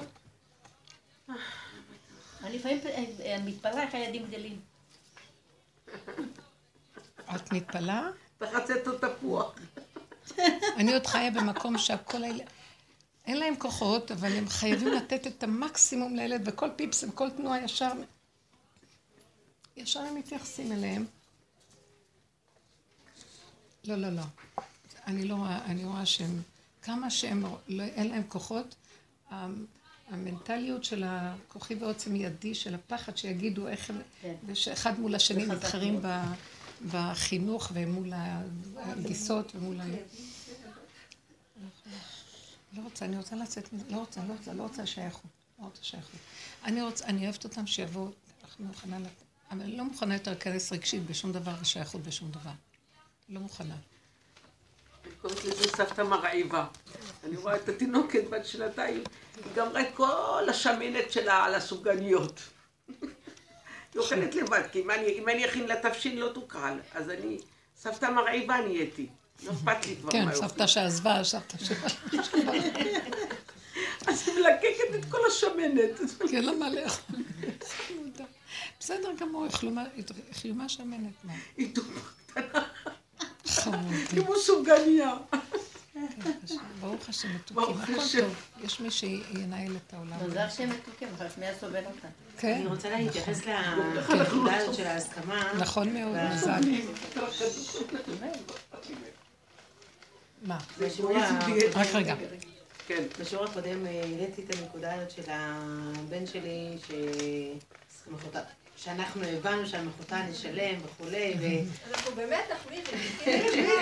אני לפעמים מתפלאה איך הילדים גדלים. את מתפלאה? תחצת את תפוח. אני עוד חיה במקום שהכל האלה... אין להם כוחות, אבל הם חייבים לתת את המקסימום לילד, וכל פיפס וכל תנועה ישר... ישר הם מתייחסים אליהם. לא, לא, לא. אני לא רואה, אני רואה שהם... כמה שהם... לא, אין להם כוחות, המנטליות של הכוחי ועוצם ידי, של הפחד שיגידו איך הם... ושאחד מול השני מתחרים ב... בחינוך ומול הגיסות ומול ה... לא רוצה, אני רוצה לצאת מזה, לא רוצה, לא רוצה, לא רוצה שייכות, לא רוצה שייכות. אני רוצה, אני אוהבת אותם שיבואו, אנחנו מוכנה, אבל אני לא מוכנה יותר להיכנס רגשית בשום דבר ושייכות בשום דבר. לא מוכנה. אני קוראת לזה סבתא מרעיבה. אני רואה את התינוקת בת שנתיים, היא גמרה את כל השמנת שלה על הסופגניות. היא אוכלת לבד, כי אם אני, אם אני אכין לה תבשין לא תוקרל, אז אני, סבתא מרעיבה נהייתי. לא אכפת לי כבר. כן, סבתא שעזבה, סבתא ש... אז היא מלקקת את כל השמנת. כן, למה לאכול? בסדר גמור, חיומה שמנת. היא דומה קטנה. חמודי. כמו סופגניה. ברוך השם מתוקים, הכל טוב. יש מי שינהל את העולם. מזל שהם מתוקים, אבל מי הסובל אותה. כן. אני רוצה להתייחס לנקודה הזאת של ההסכמה. נכון מאוד, מזל. מה? רק רגע. כן. בשיעור הקודם העליתי את הנקודה הזאת של הבן שלי, שאנחנו הבנו שהמחותה נשלם וכולי. אנחנו באמת נחליט,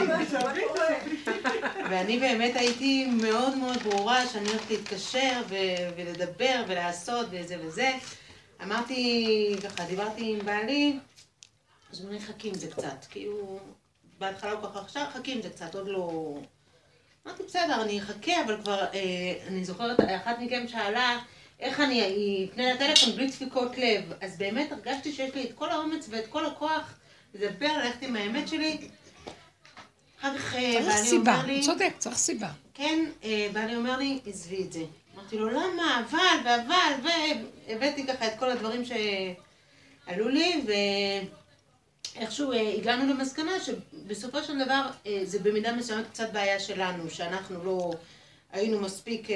ואני באמת הייתי מאוד מאוד ברורה שאני הולכת להתקשר ולדבר ולעשות וזה וזה. אמרתי, ככה, דיברתי עם בעלי, אז הוא אומר, חכים זה קצת, כאילו, בהתחלה הוא ככה, עכשיו חכים זה קצת, עוד לא... אמרתי, בסדר, אני אחכה, אבל כבר, אה, אני זוכרת, אחת מכם שאלה, איך אני אפנה לטלפון בלי דפיקות לב, אז באמת הרגשתי שיש לי את כל האומץ ואת כל הכוח לדבר, ללכת עם האמת שלי. אחר כך בעלי אומר לי... צודק, צריך סיבה. כן, בעלי אומר לי, עזבי את זה. אמרתי לו, למה? אבל, ואבל, והבאתי ככה את כל הדברים שעלו לי, ואיכשהו הגענו למסקנה שבסופו של דבר זה במידה מסוימת קצת בעיה שלנו, שאנחנו לא היינו מספיק...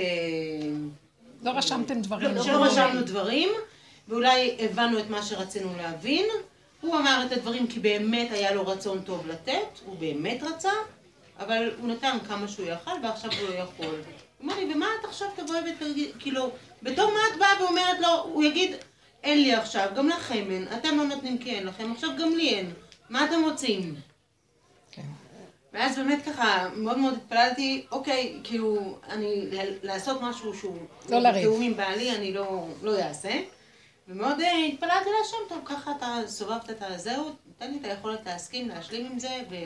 לא רשמתם דברים. לא, לא רשמנו דברים, ואולי הבנו את מה שרצינו להבין. הוא אמר את הדברים כי באמת היה לו רצון טוב לתת, הוא באמת רצה, אבל הוא נתן כמה שהוא יאכל ועכשיו הוא לא יכול. הוא אומר לי, ומה את עכשיו תבואי ותגיד, כאילו, בתור מה את באה ואומרת לו, הוא יגיד, אין לי עכשיו, גם לכם אין, אתם לא נותנים כי אין לכם, עכשיו גם לי אין, מה אתם רוצים? כן. ואז באמת ככה, מאוד מאוד התפללתי, אוקיי, כאילו, אני, לעשות משהו שהוא... לא לריב. תאום עם בעלי, אני לא, לא אעשה. ומאוד התפללתי להשם, טוב, ככה אתה סובבת את הזהו, תן לי את היכולת להסכים, להשלים עם זה, ו...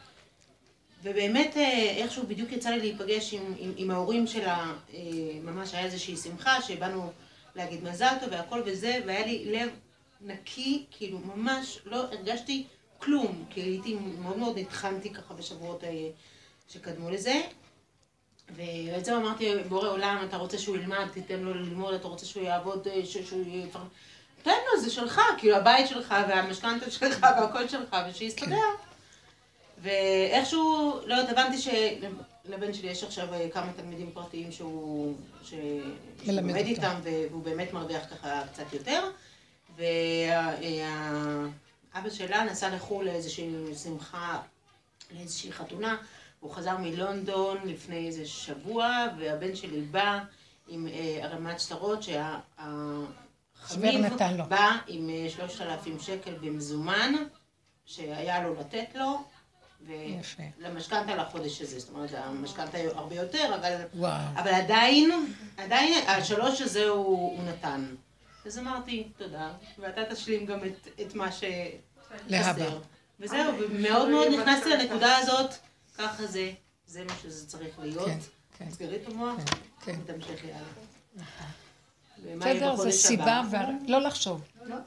ובאמת איכשהו בדיוק יצא לי להיפגש עם, עם, עם ההורים שלה, ממש היה איזושהי שמחה, שבאנו להגיד מזל טוב והכל וזה, והיה לי לב נקי, כאילו ממש לא הרגשתי כלום, כי הייתי מאוד מאוד התחנתי ככה בשבועות שקדמו לזה. ובעצם אמרתי, בורא עולם, אתה רוצה שהוא ילמד, תיתן לו ללמוד, אתה רוצה שהוא יעבוד, שהוא יפרנס. תן לו, זה שלך, כאילו הבית שלך והמשכנתא שלך והכל שלך, ושיסתדר. ואיכשהו, לא יודעת, הבנתי לבן שלי יש עכשיו כמה תלמידים פרטיים שהוא מלמד איתם, והוא באמת מרוויח ככה קצת יותר. והאבא שלה נסע לחו"ל לאיזושהי שמחה, לאיזושהי חתונה. הוא חזר מלונדון לפני איזה שבוע, והבן שלי בא עם ערמת שטרות שהחמיב בא עם שלושת אלפים שקל במזומן, שהיה לו לתת לו. ולמשכנתה לחודש הזה, זאת אומרת, המשכנתה הרבה יותר, אבל, אבל עדיין, עדיין, השלוש הזה הוא, הוא נתן. אז אמרתי, תודה, ואתה תשלים גם את, את מה שחסר. וזהו, ומאוד מאוד נכנסתי לנקודה הזאת, ככה זה, זה מה שזה צריך להיות. תסגרי את המוח, ותמשיכי הלאה. בסדר, זה סיבה, לא לחשוב.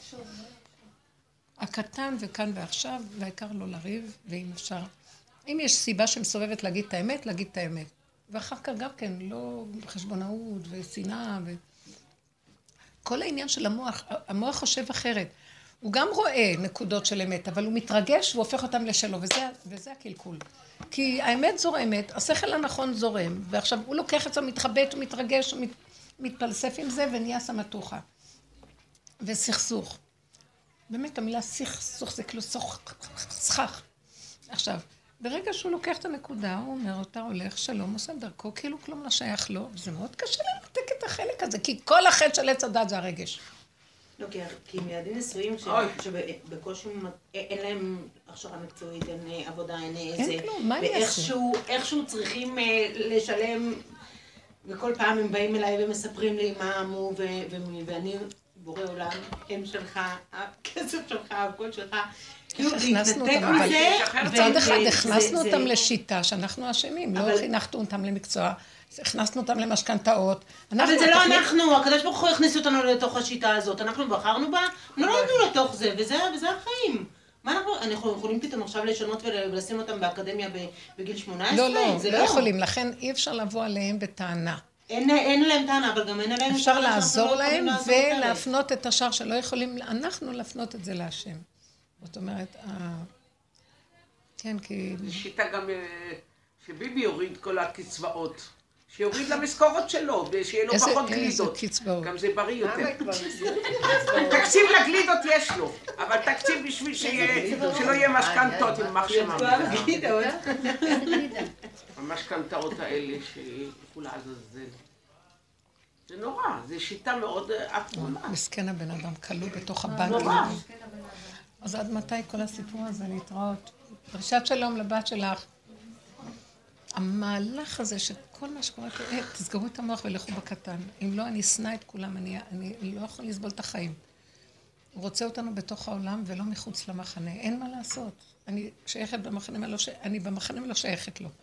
הקטן וכאן ועכשיו, והעיקר לא לריב, ואם אפשר. אם יש סיבה שמסובבת להגיד את האמת, להגיד את האמת. ואחר כך גם כן, לא חשבונאות ושנאה. ו... כל העניין של המוח, המוח חושב אחרת. הוא גם רואה נקודות של אמת, אבל הוא מתרגש והופך אותם לשלו, וזה, וזה הקלקול. כי האמת זורמת, השכל הנכון זורם, ועכשיו הוא לוקח את זה, מתחבט, הוא מתרגש, הוא מת, מתפלסף עם זה, ונהיה סמטוחה. וסכסוך. באמת, המילה סכסוך זה כאילו סכך. עכשיו, ברגע שהוא לוקח את הנקודה, הוא אומר, אותה הולך, שלום, עושה דרכו, כאילו כלום לא שייך לו, וזה מאוד קשה לנתק את החלק הזה, כי כל החטא של עץ הדת זה הרגש. לא, כי עם ילדים נשואים שבקושי אין להם הכשרה מקצועית, אין עבודה, אין איזה... אין כלום, מה הם יעשו? ואיכשהו צריכים לשלם, וכל פעם הם באים אליי ומספרים לי מה אמרו, ואני... בורא עולם, הם שלך, הכסף שלך, הכל שלך, כאילו להתנתק מזה. מצד אחד הכנסנו אותם לשיטה שאנחנו אשמים, לא הכנסנו אותם למקצוע, הכנסנו אותם למשכנתאות. אבל זה לא אנחנו, הקדוש ברוך הוא הכניס אותנו לתוך השיטה הזאת, אנחנו בחרנו בה, נולדנו לתוך זה, וזה החיים. מה אנחנו, אנחנו יכולים פתאום עכשיו לשנות ולשים אותם באקדמיה בגיל שמונה עשרה? לא, לא, לא יכולים, לכן אי אפשר לבוא עליהם בטענה. אין, אין להם טענה, אבל גם אין עליהם... אפשר לעזור להם ולהפנות את השאר שלא יכולים, אנחנו להפנות את זה להשם. זאת אומרת, כן, כי... זו שיטה גם שביבי יוריד כל הקצבאות. שיוריד למשכורת שלו, ושיהיה לו פחות גלידות. איזה קצבאות. גם זה בריא יותר. תקציב לגלידות יש לו, אבל תקציב בשביל שלא יהיה משכנתות עם מחשמה. המשכנתאות האלה שילכו לעזאזל. זה נורא, זו שיטה מאוד אפונה. מסכן הבן אדם, כלוא בתוך הבנק. נורא. אז עד מתי כל הסיפור הזה להתראות? דרישת שלום לבת שלך. המהלך הזה שכל מה שקורה פה, אה, תסגרו את המוח ולכו בקטן. אם לא, אני אשנא את כולם, אני, אני לא יכול לסבול את החיים. הוא רוצה אותנו בתוך העולם ולא מחוץ למחנה. אין מה לעשות. אני שייכת במחנה, לא ש... אני במחנה ולא שייכת לו.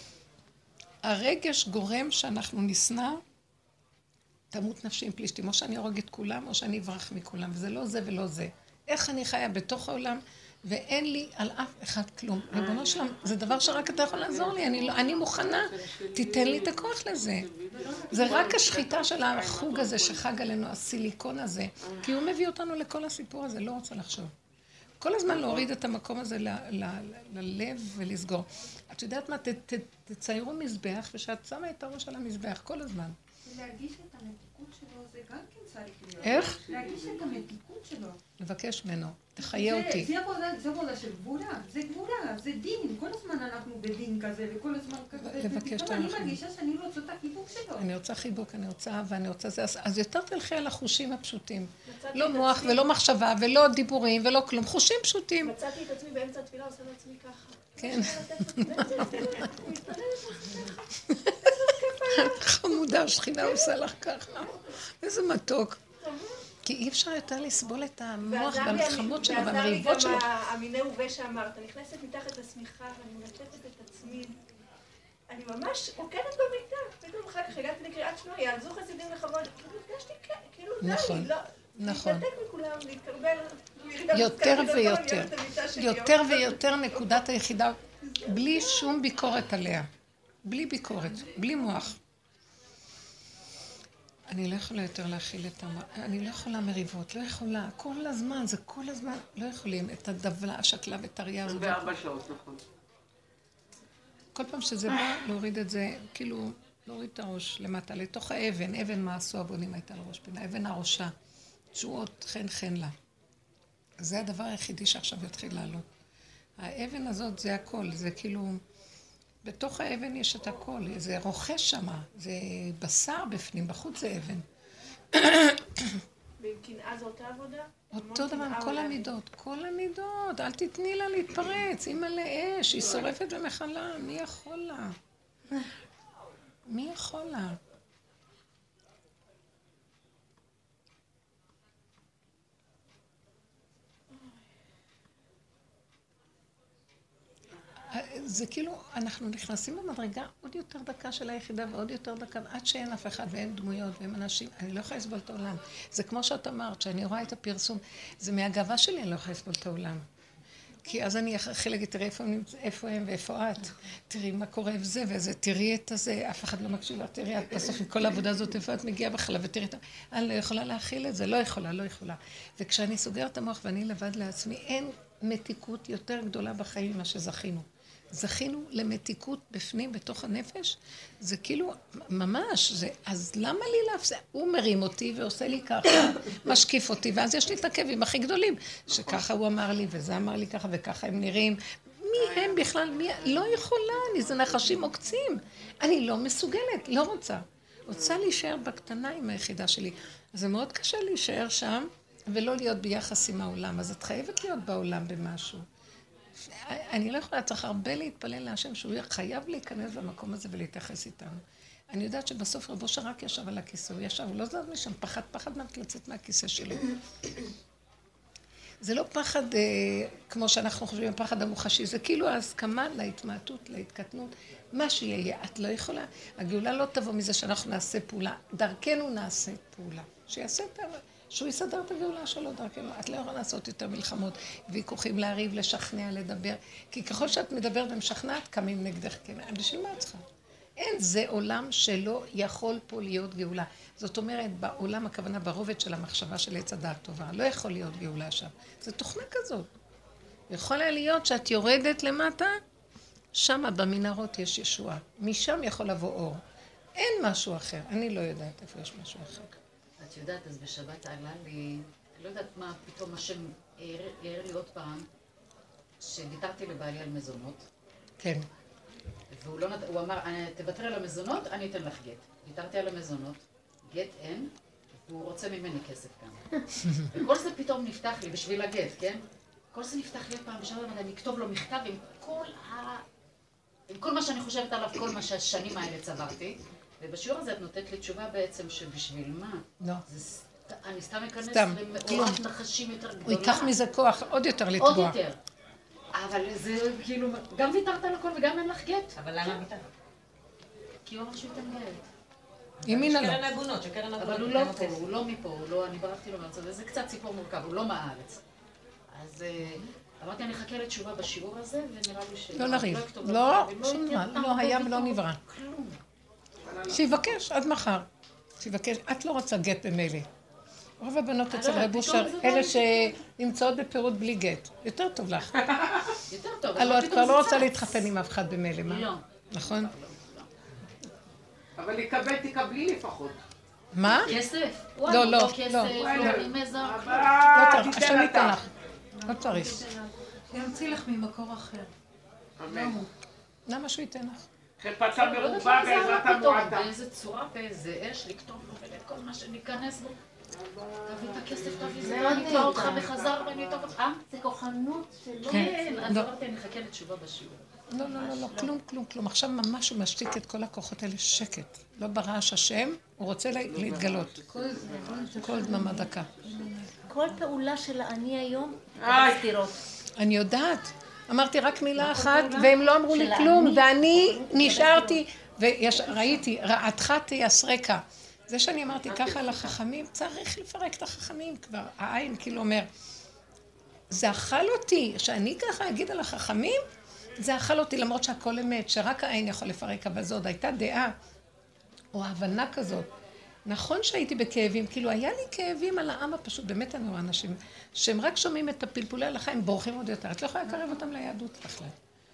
הרגש גורם שאנחנו נשנא, תמות נפשי עם פלישתים, או שאני ארוג את כולם, או שאני אברח מכולם, וזה לא זה ולא זה. איך אני חיה בתוך העולם, ואין לי על אף אחד כלום. ריבונו שלם, זה דבר שרק אתה יכול לעזור לי, אני, לא, אני מוכנה, תיתן לי את הכוח לזה. זה רק השחיטה של החוג הזה שחג עלינו, הסיליקון הזה, כי הוא מביא אותנו לכל הסיפור הזה, לא רוצה לחשוב. כל הזמן להוריד את המקום הזה ל, ל, ל, ללב ולסגור. את יודעת מה, ת, ת, תציירו מזבח, ושאת שמה את הראש על המזבח כל הזמן. להרגיש את המתיקות שלו, זה גם כן צריך להיות. איך? להרגיש את המתיקות שלו. לבקש ממנו, תחיה אותי. זה עבודה, זה עבודה של גבולה, זה גבולה, זה דין. כל הזמן אנחנו בדין כזה, וכל הזמן כזה. לבקש את אני מרגישה שאני רוצה את החיבוק שלו. אני רוצה חיבוק, אני רוצה אהבה, אני רוצה זה. אז יותר תלכי על החושים הפשוטים. לא מוח ולא מחשבה ולא דיבורים ולא כלום. חושים פשוטים. מצאתי את עצמי באמצע התפילה, עושה לעצמי ככה. כן. חמודה, השכינה עושה לך ככה. איזה מתוק. כי אי אפשר יותר לסבול את המוח והמלחמות שלו והמריבות שלו. ועזר לי גם המיני הווה שאמרת, אני נכנסת מתחת לשמיכה ואני מנתפת את עצמי. אני ממש עוקדת במיטה. פתאום אחר כך הגעתי לקריאת שמע, יעזו חסידים לכבוד. כאילו הרגשתי כאילו די, לא... נכון. להתנתק מכולם, להתקרבל. יותר ויותר. יותר ויותר נקודת היחידה, בלי שום ביקורת עליה. בלי ביקורת, בלי מוח. אני לא יכולה יותר להכיל את המוח, אני לא יכולה מריבות, לא יכולה, כל הזמן, זה כל הזמן, לא יכולים את הדבלה, השקלה ואת הריאה הזאת. בארבע שעות, נכון. כל פעם שזה בא, להוריד את זה, כאילו, להוריד את הראש למטה, לתוך האבן, אבן מה עשו הבונים הייתה לראש פינה, אבן הראשה, תשועות חן חן לה. זה הדבר היחידי שעכשיו יתחיל לעלות. האבן הזאת זה הכל, זה כאילו, בתוך האבן יש את הכל, זה רוכש שמה, זה בשר בפנים, בחוץ זה אבן. ועם קנאה זו אותה עבודה? אותו דבר, כל המידות, כל המידות, אל תתני לה להתפרץ, היא מלא אש, היא שורפת ומחלה, מי יכול לה? מי יכול לה? זה כאילו, אנחנו נכנסים במדרגה עוד יותר דקה של היחידה ועוד יותר דקה, עד שאין אף אחד ואין דמויות ואין אנשים, אני לא יכולה לסבול את העולם. זה כמו שאת אמרת, שאני רואה את הפרסום, זה מהגאווה שלי, אני לא יכולה לסבול את העולם. כי אז אני אחרי להגיד, תראי איפה, איפה הם ואיפה את, תראי מה קורה וזה וזה, תראי את הזה, אף אחד לא מקשיב לה, תראי את בסוף עם כל העבודה הזאת, איפה את מגיעה בכלל, ותראי את... אני לא יכולה להכיל את זה, לא יכולה, לא יכולה. וכשאני סוגרת את המוח ואני לבד לעצמי, אין מתיקות יותר גדולה בחיים ממה שזכינו. זכינו למתיקות בפנים, בתוך הנפש, זה כאילו, ממש, זה, אז למה לי להפסק? הוא מרים אותי ועושה לי ככה, משקיף אותי, ואז יש לי את הכאבים הכי גדולים, שככה הוא אמר לי, וזה אמר לי ככה, וככה הם נראים. מי הם בכלל? מי? לא יכולה, אני, זה נחשים עוקצים. אני לא מסוגלת, לא רוצה. רוצה להישאר בקטנה עם היחידה שלי. אז זה מאוד קשה להישאר שם, ולא להיות ביחס עם העולם. אז את חייבת להיות בעולם במשהו. אני לא יכולה, צריך הרבה להתפלל להשם שהוא חייב להיכנס למקום הזה ולהתייחס איתנו. אני יודעת שבסוף רבו שרק ישב על הכיסא, הוא ישב, הוא לא זז משם, פחד, פחד מעט לצאת מהכיסא שלו. זה לא פחד אה, כמו שאנחנו חושבים, פחד המוחשי, זה כאילו ההסכמה להתמעטות, להתקטנות, מה שיהיה, את לא יכולה. הגאולה לא תבוא מזה שאנחנו נעשה פעולה, דרכנו נעשה פעולה, שיעשה פעולה. שהוא יסדר את הגאולה שלו דרכנו. את לא יכולה לעשות יותר מלחמות, ויכוחים להריב, לשכנע, לדבר. כי ככל שאת מדברת ומשכנעת, קמים נגדך. בשביל מה את צריכה? אין, זה עולם שלא יכול פה להיות גאולה. זאת אומרת, בעולם הכוונה ברובד של המחשבה של עץ הדעת טובה. לא יכול להיות גאולה שם. זו תוכנה כזאת. יכול להיות שאת יורדת למטה, שם במנהרות יש ישועה. משם יכול לבוא אור. אין משהו אחר. אני לא יודעת איפה יש משהו אחר. את יודעת, אז בשבת עלה לי, לא יודעת מה, פתאום השם העיר לי עוד פעם, שוויתרתי לבעלי על מזונות. כן. והוא לא נת... הוא אמר, תוותרי על המזונות, אני אתן לך גט. ויתרתי על המזונות, גט אין, והוא רוצה ממני כסף גם. וכל זה פתאום נפתח לי בשביל הגט, כן? כל זה נפתח לי פעם בשבת, אני אכתוב לו מכתב עם כל ה... עם כל מה שאני חושבת עליו, כל מה שהשנים האלה צברתי. ובשיעור הזה את נותנת לי תשובה בעצם שבשביל מה? לא. אני סתם אכנס למאורת נחשים יותר גדולה. הוא ייקח מזה כוח עוד יותר לתבוע. עוד יותר. אבל זה כאילו, גם ויתרת על הכל וגם אין לך גט. אבל למה ויתרת? כי הוא אמר שהוא ייתן גט. ימינה לא. שקרן עגונות, שקרן עגונות. אבל הוא לא פה, הוא לא מפה, הוא לא, אני ברחתי לו מארצות, וזה קצת סיפור מורכב, הוא לא מהארץ. אז אמרתי, אני אחכה לתשובה בשיעור הזה, ונראה לי ש... לא לריב. לא, שום דבר, לא היה ולא נברא. כלום. שיבקש עד מחר. שיבקש, את לא רוצה גט במילא. רוב הבנות אצל רב אושר, אלה שנמצאות בפירוד בלי גט. יותר טוב לך. יותר טוב. הלוא את כבר לא רוצה להתחתן עם אף אחד במילא, מה? לא. נכון? אבל לקבל תקבלי לפחות. מה? כסף? לא, לא, לא. כסף, לא, עם איזה... לא צריך, השם ניתן לך. לא צריך. שימציא לך ממקור אחר. אמן. למה שהוא ייתן לך? חפצה מרובה בעזרת המועטה. באיזה צורה, באיזה אש, לכתוב לו ולכל מה שניכנס בו. תביא את הכסף, תביא זה, אני אתבע אותך בחזר ואני אתבע אותך. זה כוחנות שלא... כן, אז אמרתי, אני אחכה לתשובה בשיעור. לא, לא, לא, לא, כלום, כלום, כלום. עכשיו ממש הוא משתיק את כל הכוחות האלה שקט. לא ברעש השם, הוא רוצה להתגלות. כל דממה דקה. כל פעולה של האני היום, סתירות. אני יודעת. אמרתי רק מילה אחת, והם לא אמרו לי כלום, ואני נשארתי, וראיתי, רעתך תייסרקה. זה שאני אמרתי ככה לחכמים, צריך לפרק את החכמים כבר. העין כאילו אומר, זה אכל אותי, שאני ככה אגיד על החכמים, זה אכל אותי למרות שהכל אמת, שרק העין יכול לפרק, אבל זו עוד הייתה דעה, או הבנה כזאת. נכון שהייתי בכאבים, כאילו היה לי כאבים על העם הפשוט, באמת אני רואה אנשים, שהם רק שומעים את הפלפולי הלכה, הם בורחים עוד יותר, את לא יכולה לקרב אותם ליהדות בכלל.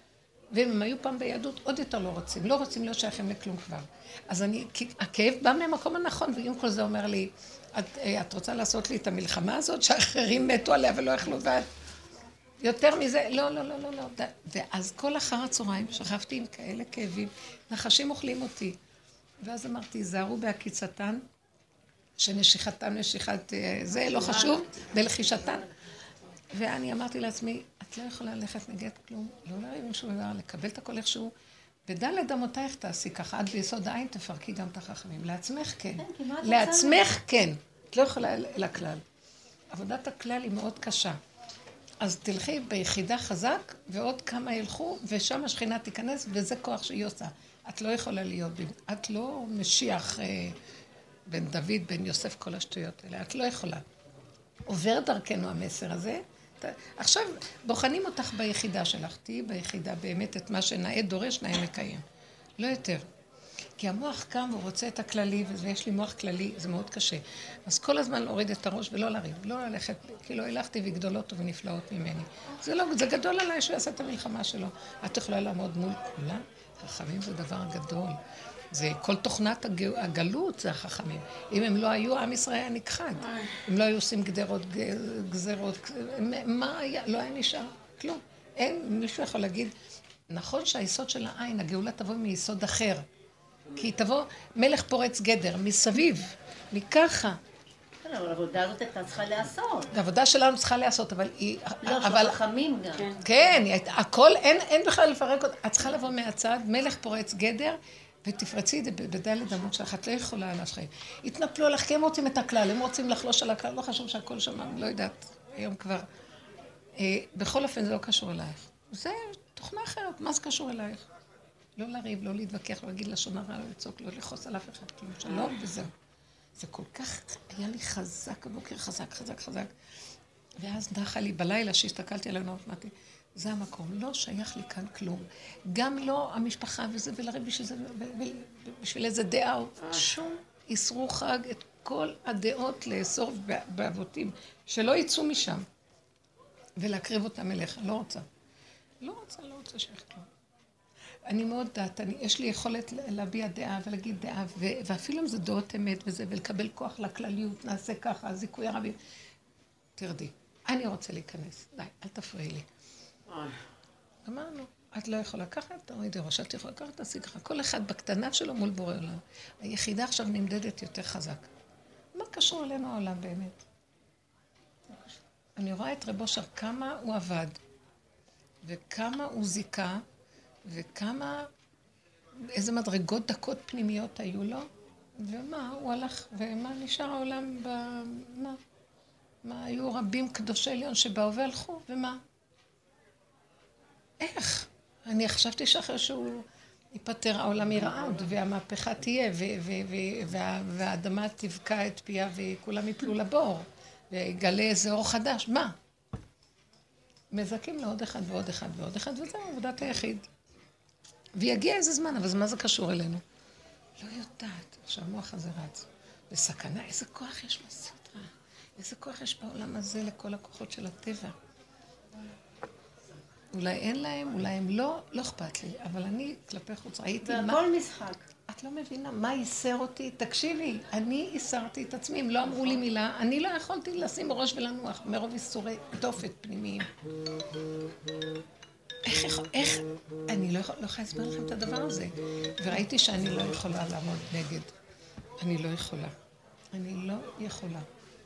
ואם הם היו פעם ביהדות, עוד יותר לא רוצים. לא רוצים להיות שייכים לכלום כבר. אז אני, כי הכאב בא מהמקום הנכון, ועם כל זה אומר לי, את, את רוצה לעשות לי את המלחמה הזאת, שאחרים מתו עליה ולא יכלו ואת... יותר מזה, לא, לא, לא, לא, לא. ואז כל אחר הצהריים שכבתי עם כאלה כאבים, נחשים אוכלים אותי. ואז אמרתי, זהרו בהקיצתן, שנשיכתן נשיכת, זה לא חשוב, בלחישתן. ואני אמרתי לעצמי, את לא יכולה ללכת נגד כלום, לא להרים שום דבר, לקבל את הכל איכשהו, ודלת אמותייך תעשי ככה, עד ביסוד העין תפרקי גם את החכמים. לעצמך כן. לעצמך כן. את לא יכולה לכלל. עבודת הכלל היא מאוד קשה. אז תלכי ביחידה חזק, ועוד כמה ילכו, ושם השכינה תיכנס, וזה כוח שהיא עושה. את לא יכולה להיות, את לא משיח אה, בן דוד, בן יוסף, כל השטויות האלה. את לא יכולה. עובר דרכנו המסר הזה. עכשיו, בוחנים אותך ביחידה שלך. תהי ביחידה באמת את מה שנאה דורש, נאה מקיים. לא יותר. כי המוח קם והוא רוצה את הכללי, ויש לי מוח כללי, זה מאוד קשה. אז כל הזמן להוריד את הראש ולא לריב, לא ללכת, כי לא הלכתי וגדולות ונפלאות ממני. זה לא, זה גדול עליי שהוא יעשה את המלחמה שלו. את יכולה לעמוד מול כולם. חכמים זה דבר גדול. זה כל תוכנת הגלות, זה החכמים. אם הם לא היו, עם ישראל היה נכחד. אם לא היו עושים גדרות, גזרות, מה היה? לא היה נשאר כלום. אין, מישהו יכול להגיד, נכון שהיסוד של העין, הגאולה תבוא מיסוד אחר. כי תבוא מלך פורץ גדר, מסביב, מככה. אבל העבודה הזאת הייתה צריכה לעשות. העבודה שלנו צריכה לעשות, אבל היא... לא, של חכמים גם. כן, הכל, אין בכלל לפרק אותה. את צריכה לבוא מהצד, מלך פורץ גדר, ותפרצי את זה בדלת אמות שלך, את לא יכולה על השחיים. התנפלו לך, כי הם רוצים את הכלל, הם רוצים לחלוש על הכלל, לא חשוב שהכל שם, לא יודעת, היום כבר. בכל אופן זה לא קשור אלייך. זה תוכנה אחרת, מה זה קשור אלייך? לא לריב, לא להתווכח, לא להגיד לשון הרע, לא לצעוק, לא לחוס על אף אחד, כאילו שלום וזהו. זה כל כך, היה לי חזק בבוקר, חזק, חזק, חזק. ואז נחה לי בלילה שהסתכלתי על הנאות, אמרתי, זה המקום, לא שייך לי כאן כלום. גם לא המשפחה וזה, ולריב בשביל זה, בשביל איזה דעה, שום יסרו חג את כל הדעות לאסור באבותים, שלא יצאו משם, ולהקריב אותם אליך, לא רוצה. לא רוצה, לא רוצה שייך כלום. אני מאוד דעת, אני, יש לי יכולת להביע דעה ולהגיד דעה, ו, ואפילו אם זה דעות אמת וזה, ולקבל כוח לכלליות, נעשה ככה, זיכוי הרבים. תרדי, אני רוצה להיכנס, די, אל תפריעי לי. אמרנו, את לא יכולה ככה, תורידי ראש, את יכולה ככה, תעשי ככה, כל אחד בקטנה שלו מול בורא עולם. היחידה עכשיו נמדדת יותר חזק. מה קשור אלינו העולם באמת? אני רואה את רב אושר, כמה הוא עבד, וכמה הוא זיקה, וכמה, איזה מדרגות דקות פנימיות היו לו, ומה, הוא הלך, ומה נשאר העולם ב... מה? מה, היו רבים קדושי עליון שבאו והלכו, ומה? איך? אני חשבתי שאחרי שהוא ייפטר, העולם ירעד, והמהפכה תהיה, ו- ו- ו- וה- והאדמה תבקע את פיה, וכולם יפלו לבור, ויגלה איזה אור חדש, מה? מזכים לעוד אחד ועוד אחד ועוד אחד, וזהו, עבודת היחיד. ויגיע איזה זמן, אבל מה זה קשור אלינו? לא יודעת, שהמוח הזה רץ. בסכנה, איזה כוח יש בסדרה, איזה כוח יש בעולם הזה לכל הכוחות של הטבע. אולי אין להם, אולי הם לא, לא אכפת לי, אבל אני כלפי חוץ ראיתי מה... והכל משחק. את לא מבינה, מה ייסר אותי? תקשיבי, אני ייסרתי את עצמי, אם לא אמרו לי מילה, אני לא יכולתי לשים ראש ולנוח, מרוב ייסורי תופת פנימיים. איך, איך, אני לא יכולה להסביר לכם את הדבר הזה. וראיתי שאני לא יכולה לעמוד נגד. אני לא יכולה. אני לא יכולה.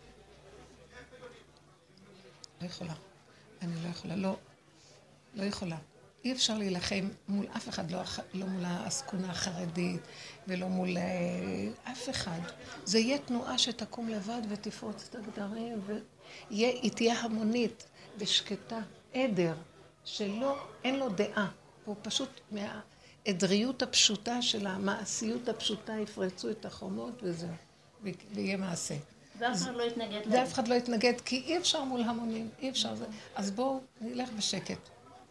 לא יכולה. אני לא יכולה. לא, לא יכולה. אי אפשר להילחם מול אף אחד, לא, לא מול העסקונה החרדית, ולא מול אף אחד. זה יהיה תנועה שתקום לבד ותפרוץ את הגדרים, והיא תהיה המונית ושקטה, עדר. שלא, אין לו דעה, הוא פשוט מהעדריות הפשוטה של המעשיות הפשוטה, יפרצו את החומות וזהו, ויהיה מעשה. ואף אחד לא יתנגד. ואף אחד לא יתנגד, כי אי אפשר מול המונים, אי אפשר זה. אז בואו נלך בשקט.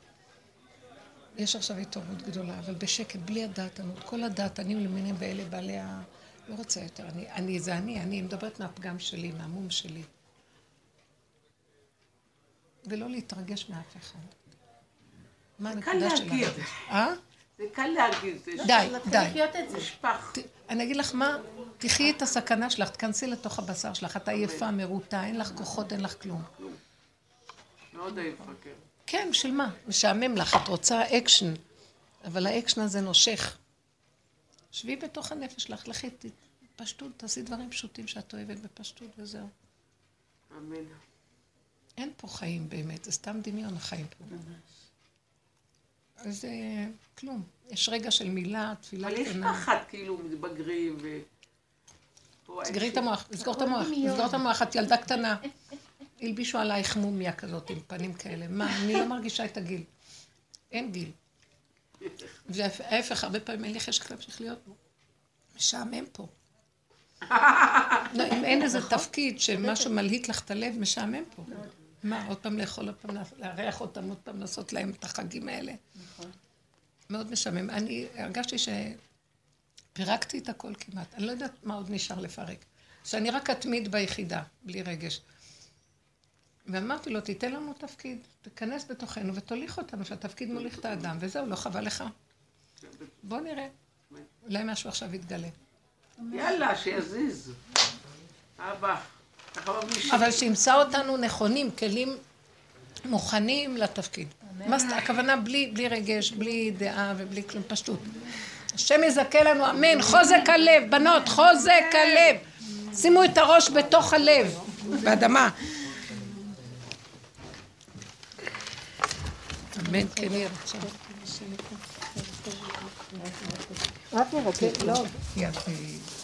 יש עכשיו התעוררות גדולה, אבל בשקט, בלי הדעתנות, כל הדעתנים למיניהם באלה בעלי ה... לא רוצה יותר, אני, אני, זה אני, אני מדברת מהפגם שלי, מהמום שלי. ולא להתרגש מאף אחד. מה זה קל הנקודה שלך? להגיד. אה? זה קל להגיד. זה די, ש- די. לחיות את זה. נשפך. ת- אני אגיד לך מה, תחי את הסכנה שלך, תכנסי לתוך הבשר שלך, את עייפה, מרוטה, אין לך כוחות, אין לך כלום. מאוד עייפה, כן. כן, של מה? משעמם לך, את רוצה אקשן, אבל האקשן הזה נושך. שבי בתוך הנפש שלך, לכי, ת- פשטות, תעשי דברים פשוטים שאת אוהבת בפשטות וזהו. אמן. אין פה חיים באמת, זה סתם דמיון החיים פה. אז זה כלום. יש רגע של מילה, תפילה אבל יש קטנה. פחד, כאילו, מתבגרים ו... פה אין סגרי את ש- המוח, לסגור את המוח, לסגור את המוח, את ילדה קטנה. הלבישו עלייך מומיה כזאת עם פנים כאלה. מה, אני לא מרגישה את הגיל. אין גיל. וההפך, הרבה פעמים אין לי חשק להמשיך להיות בו. משעמם פה. לא, אם אין איזה תפקיד שמשהו מלהיט לך את הלב, משעמם פה. מה, עוד פעם לאכול, עוד פעם לארח אותם, עוד פעם לעשות להם את החגים האלה. מאוד משעמם. אני הרגשתי שפירקתי את הכל כמעט. אני לא יודעת מה עוד נשאר לפרק. שאני רק אתמיד ביחידה, בלי רגש. ואמרתי לו, תיתן לנו תפקיד, תיכנס בתוכנו ותוליך אותנו, שהתפקיד מוליך את האדם, וזהו, לא חבל לך. בוא נראה. אולי משהו עכשיו יתגלה. יאללה, שיזיז. אבא. אבל שימצא אותנו נכונים, כלים מוכנים לתפקיד. מה זאת הכוונה? בלי, בלי רגש, בלי דעה ובלי כלום, פשטות. השם יזכה לנו, אמן, חוזק הלב, בנות, חוזק הלב. שימו את הראש בתוך הלב, באדמה. אמן, כן יהיה רצון. רק נראה, לא. יפה.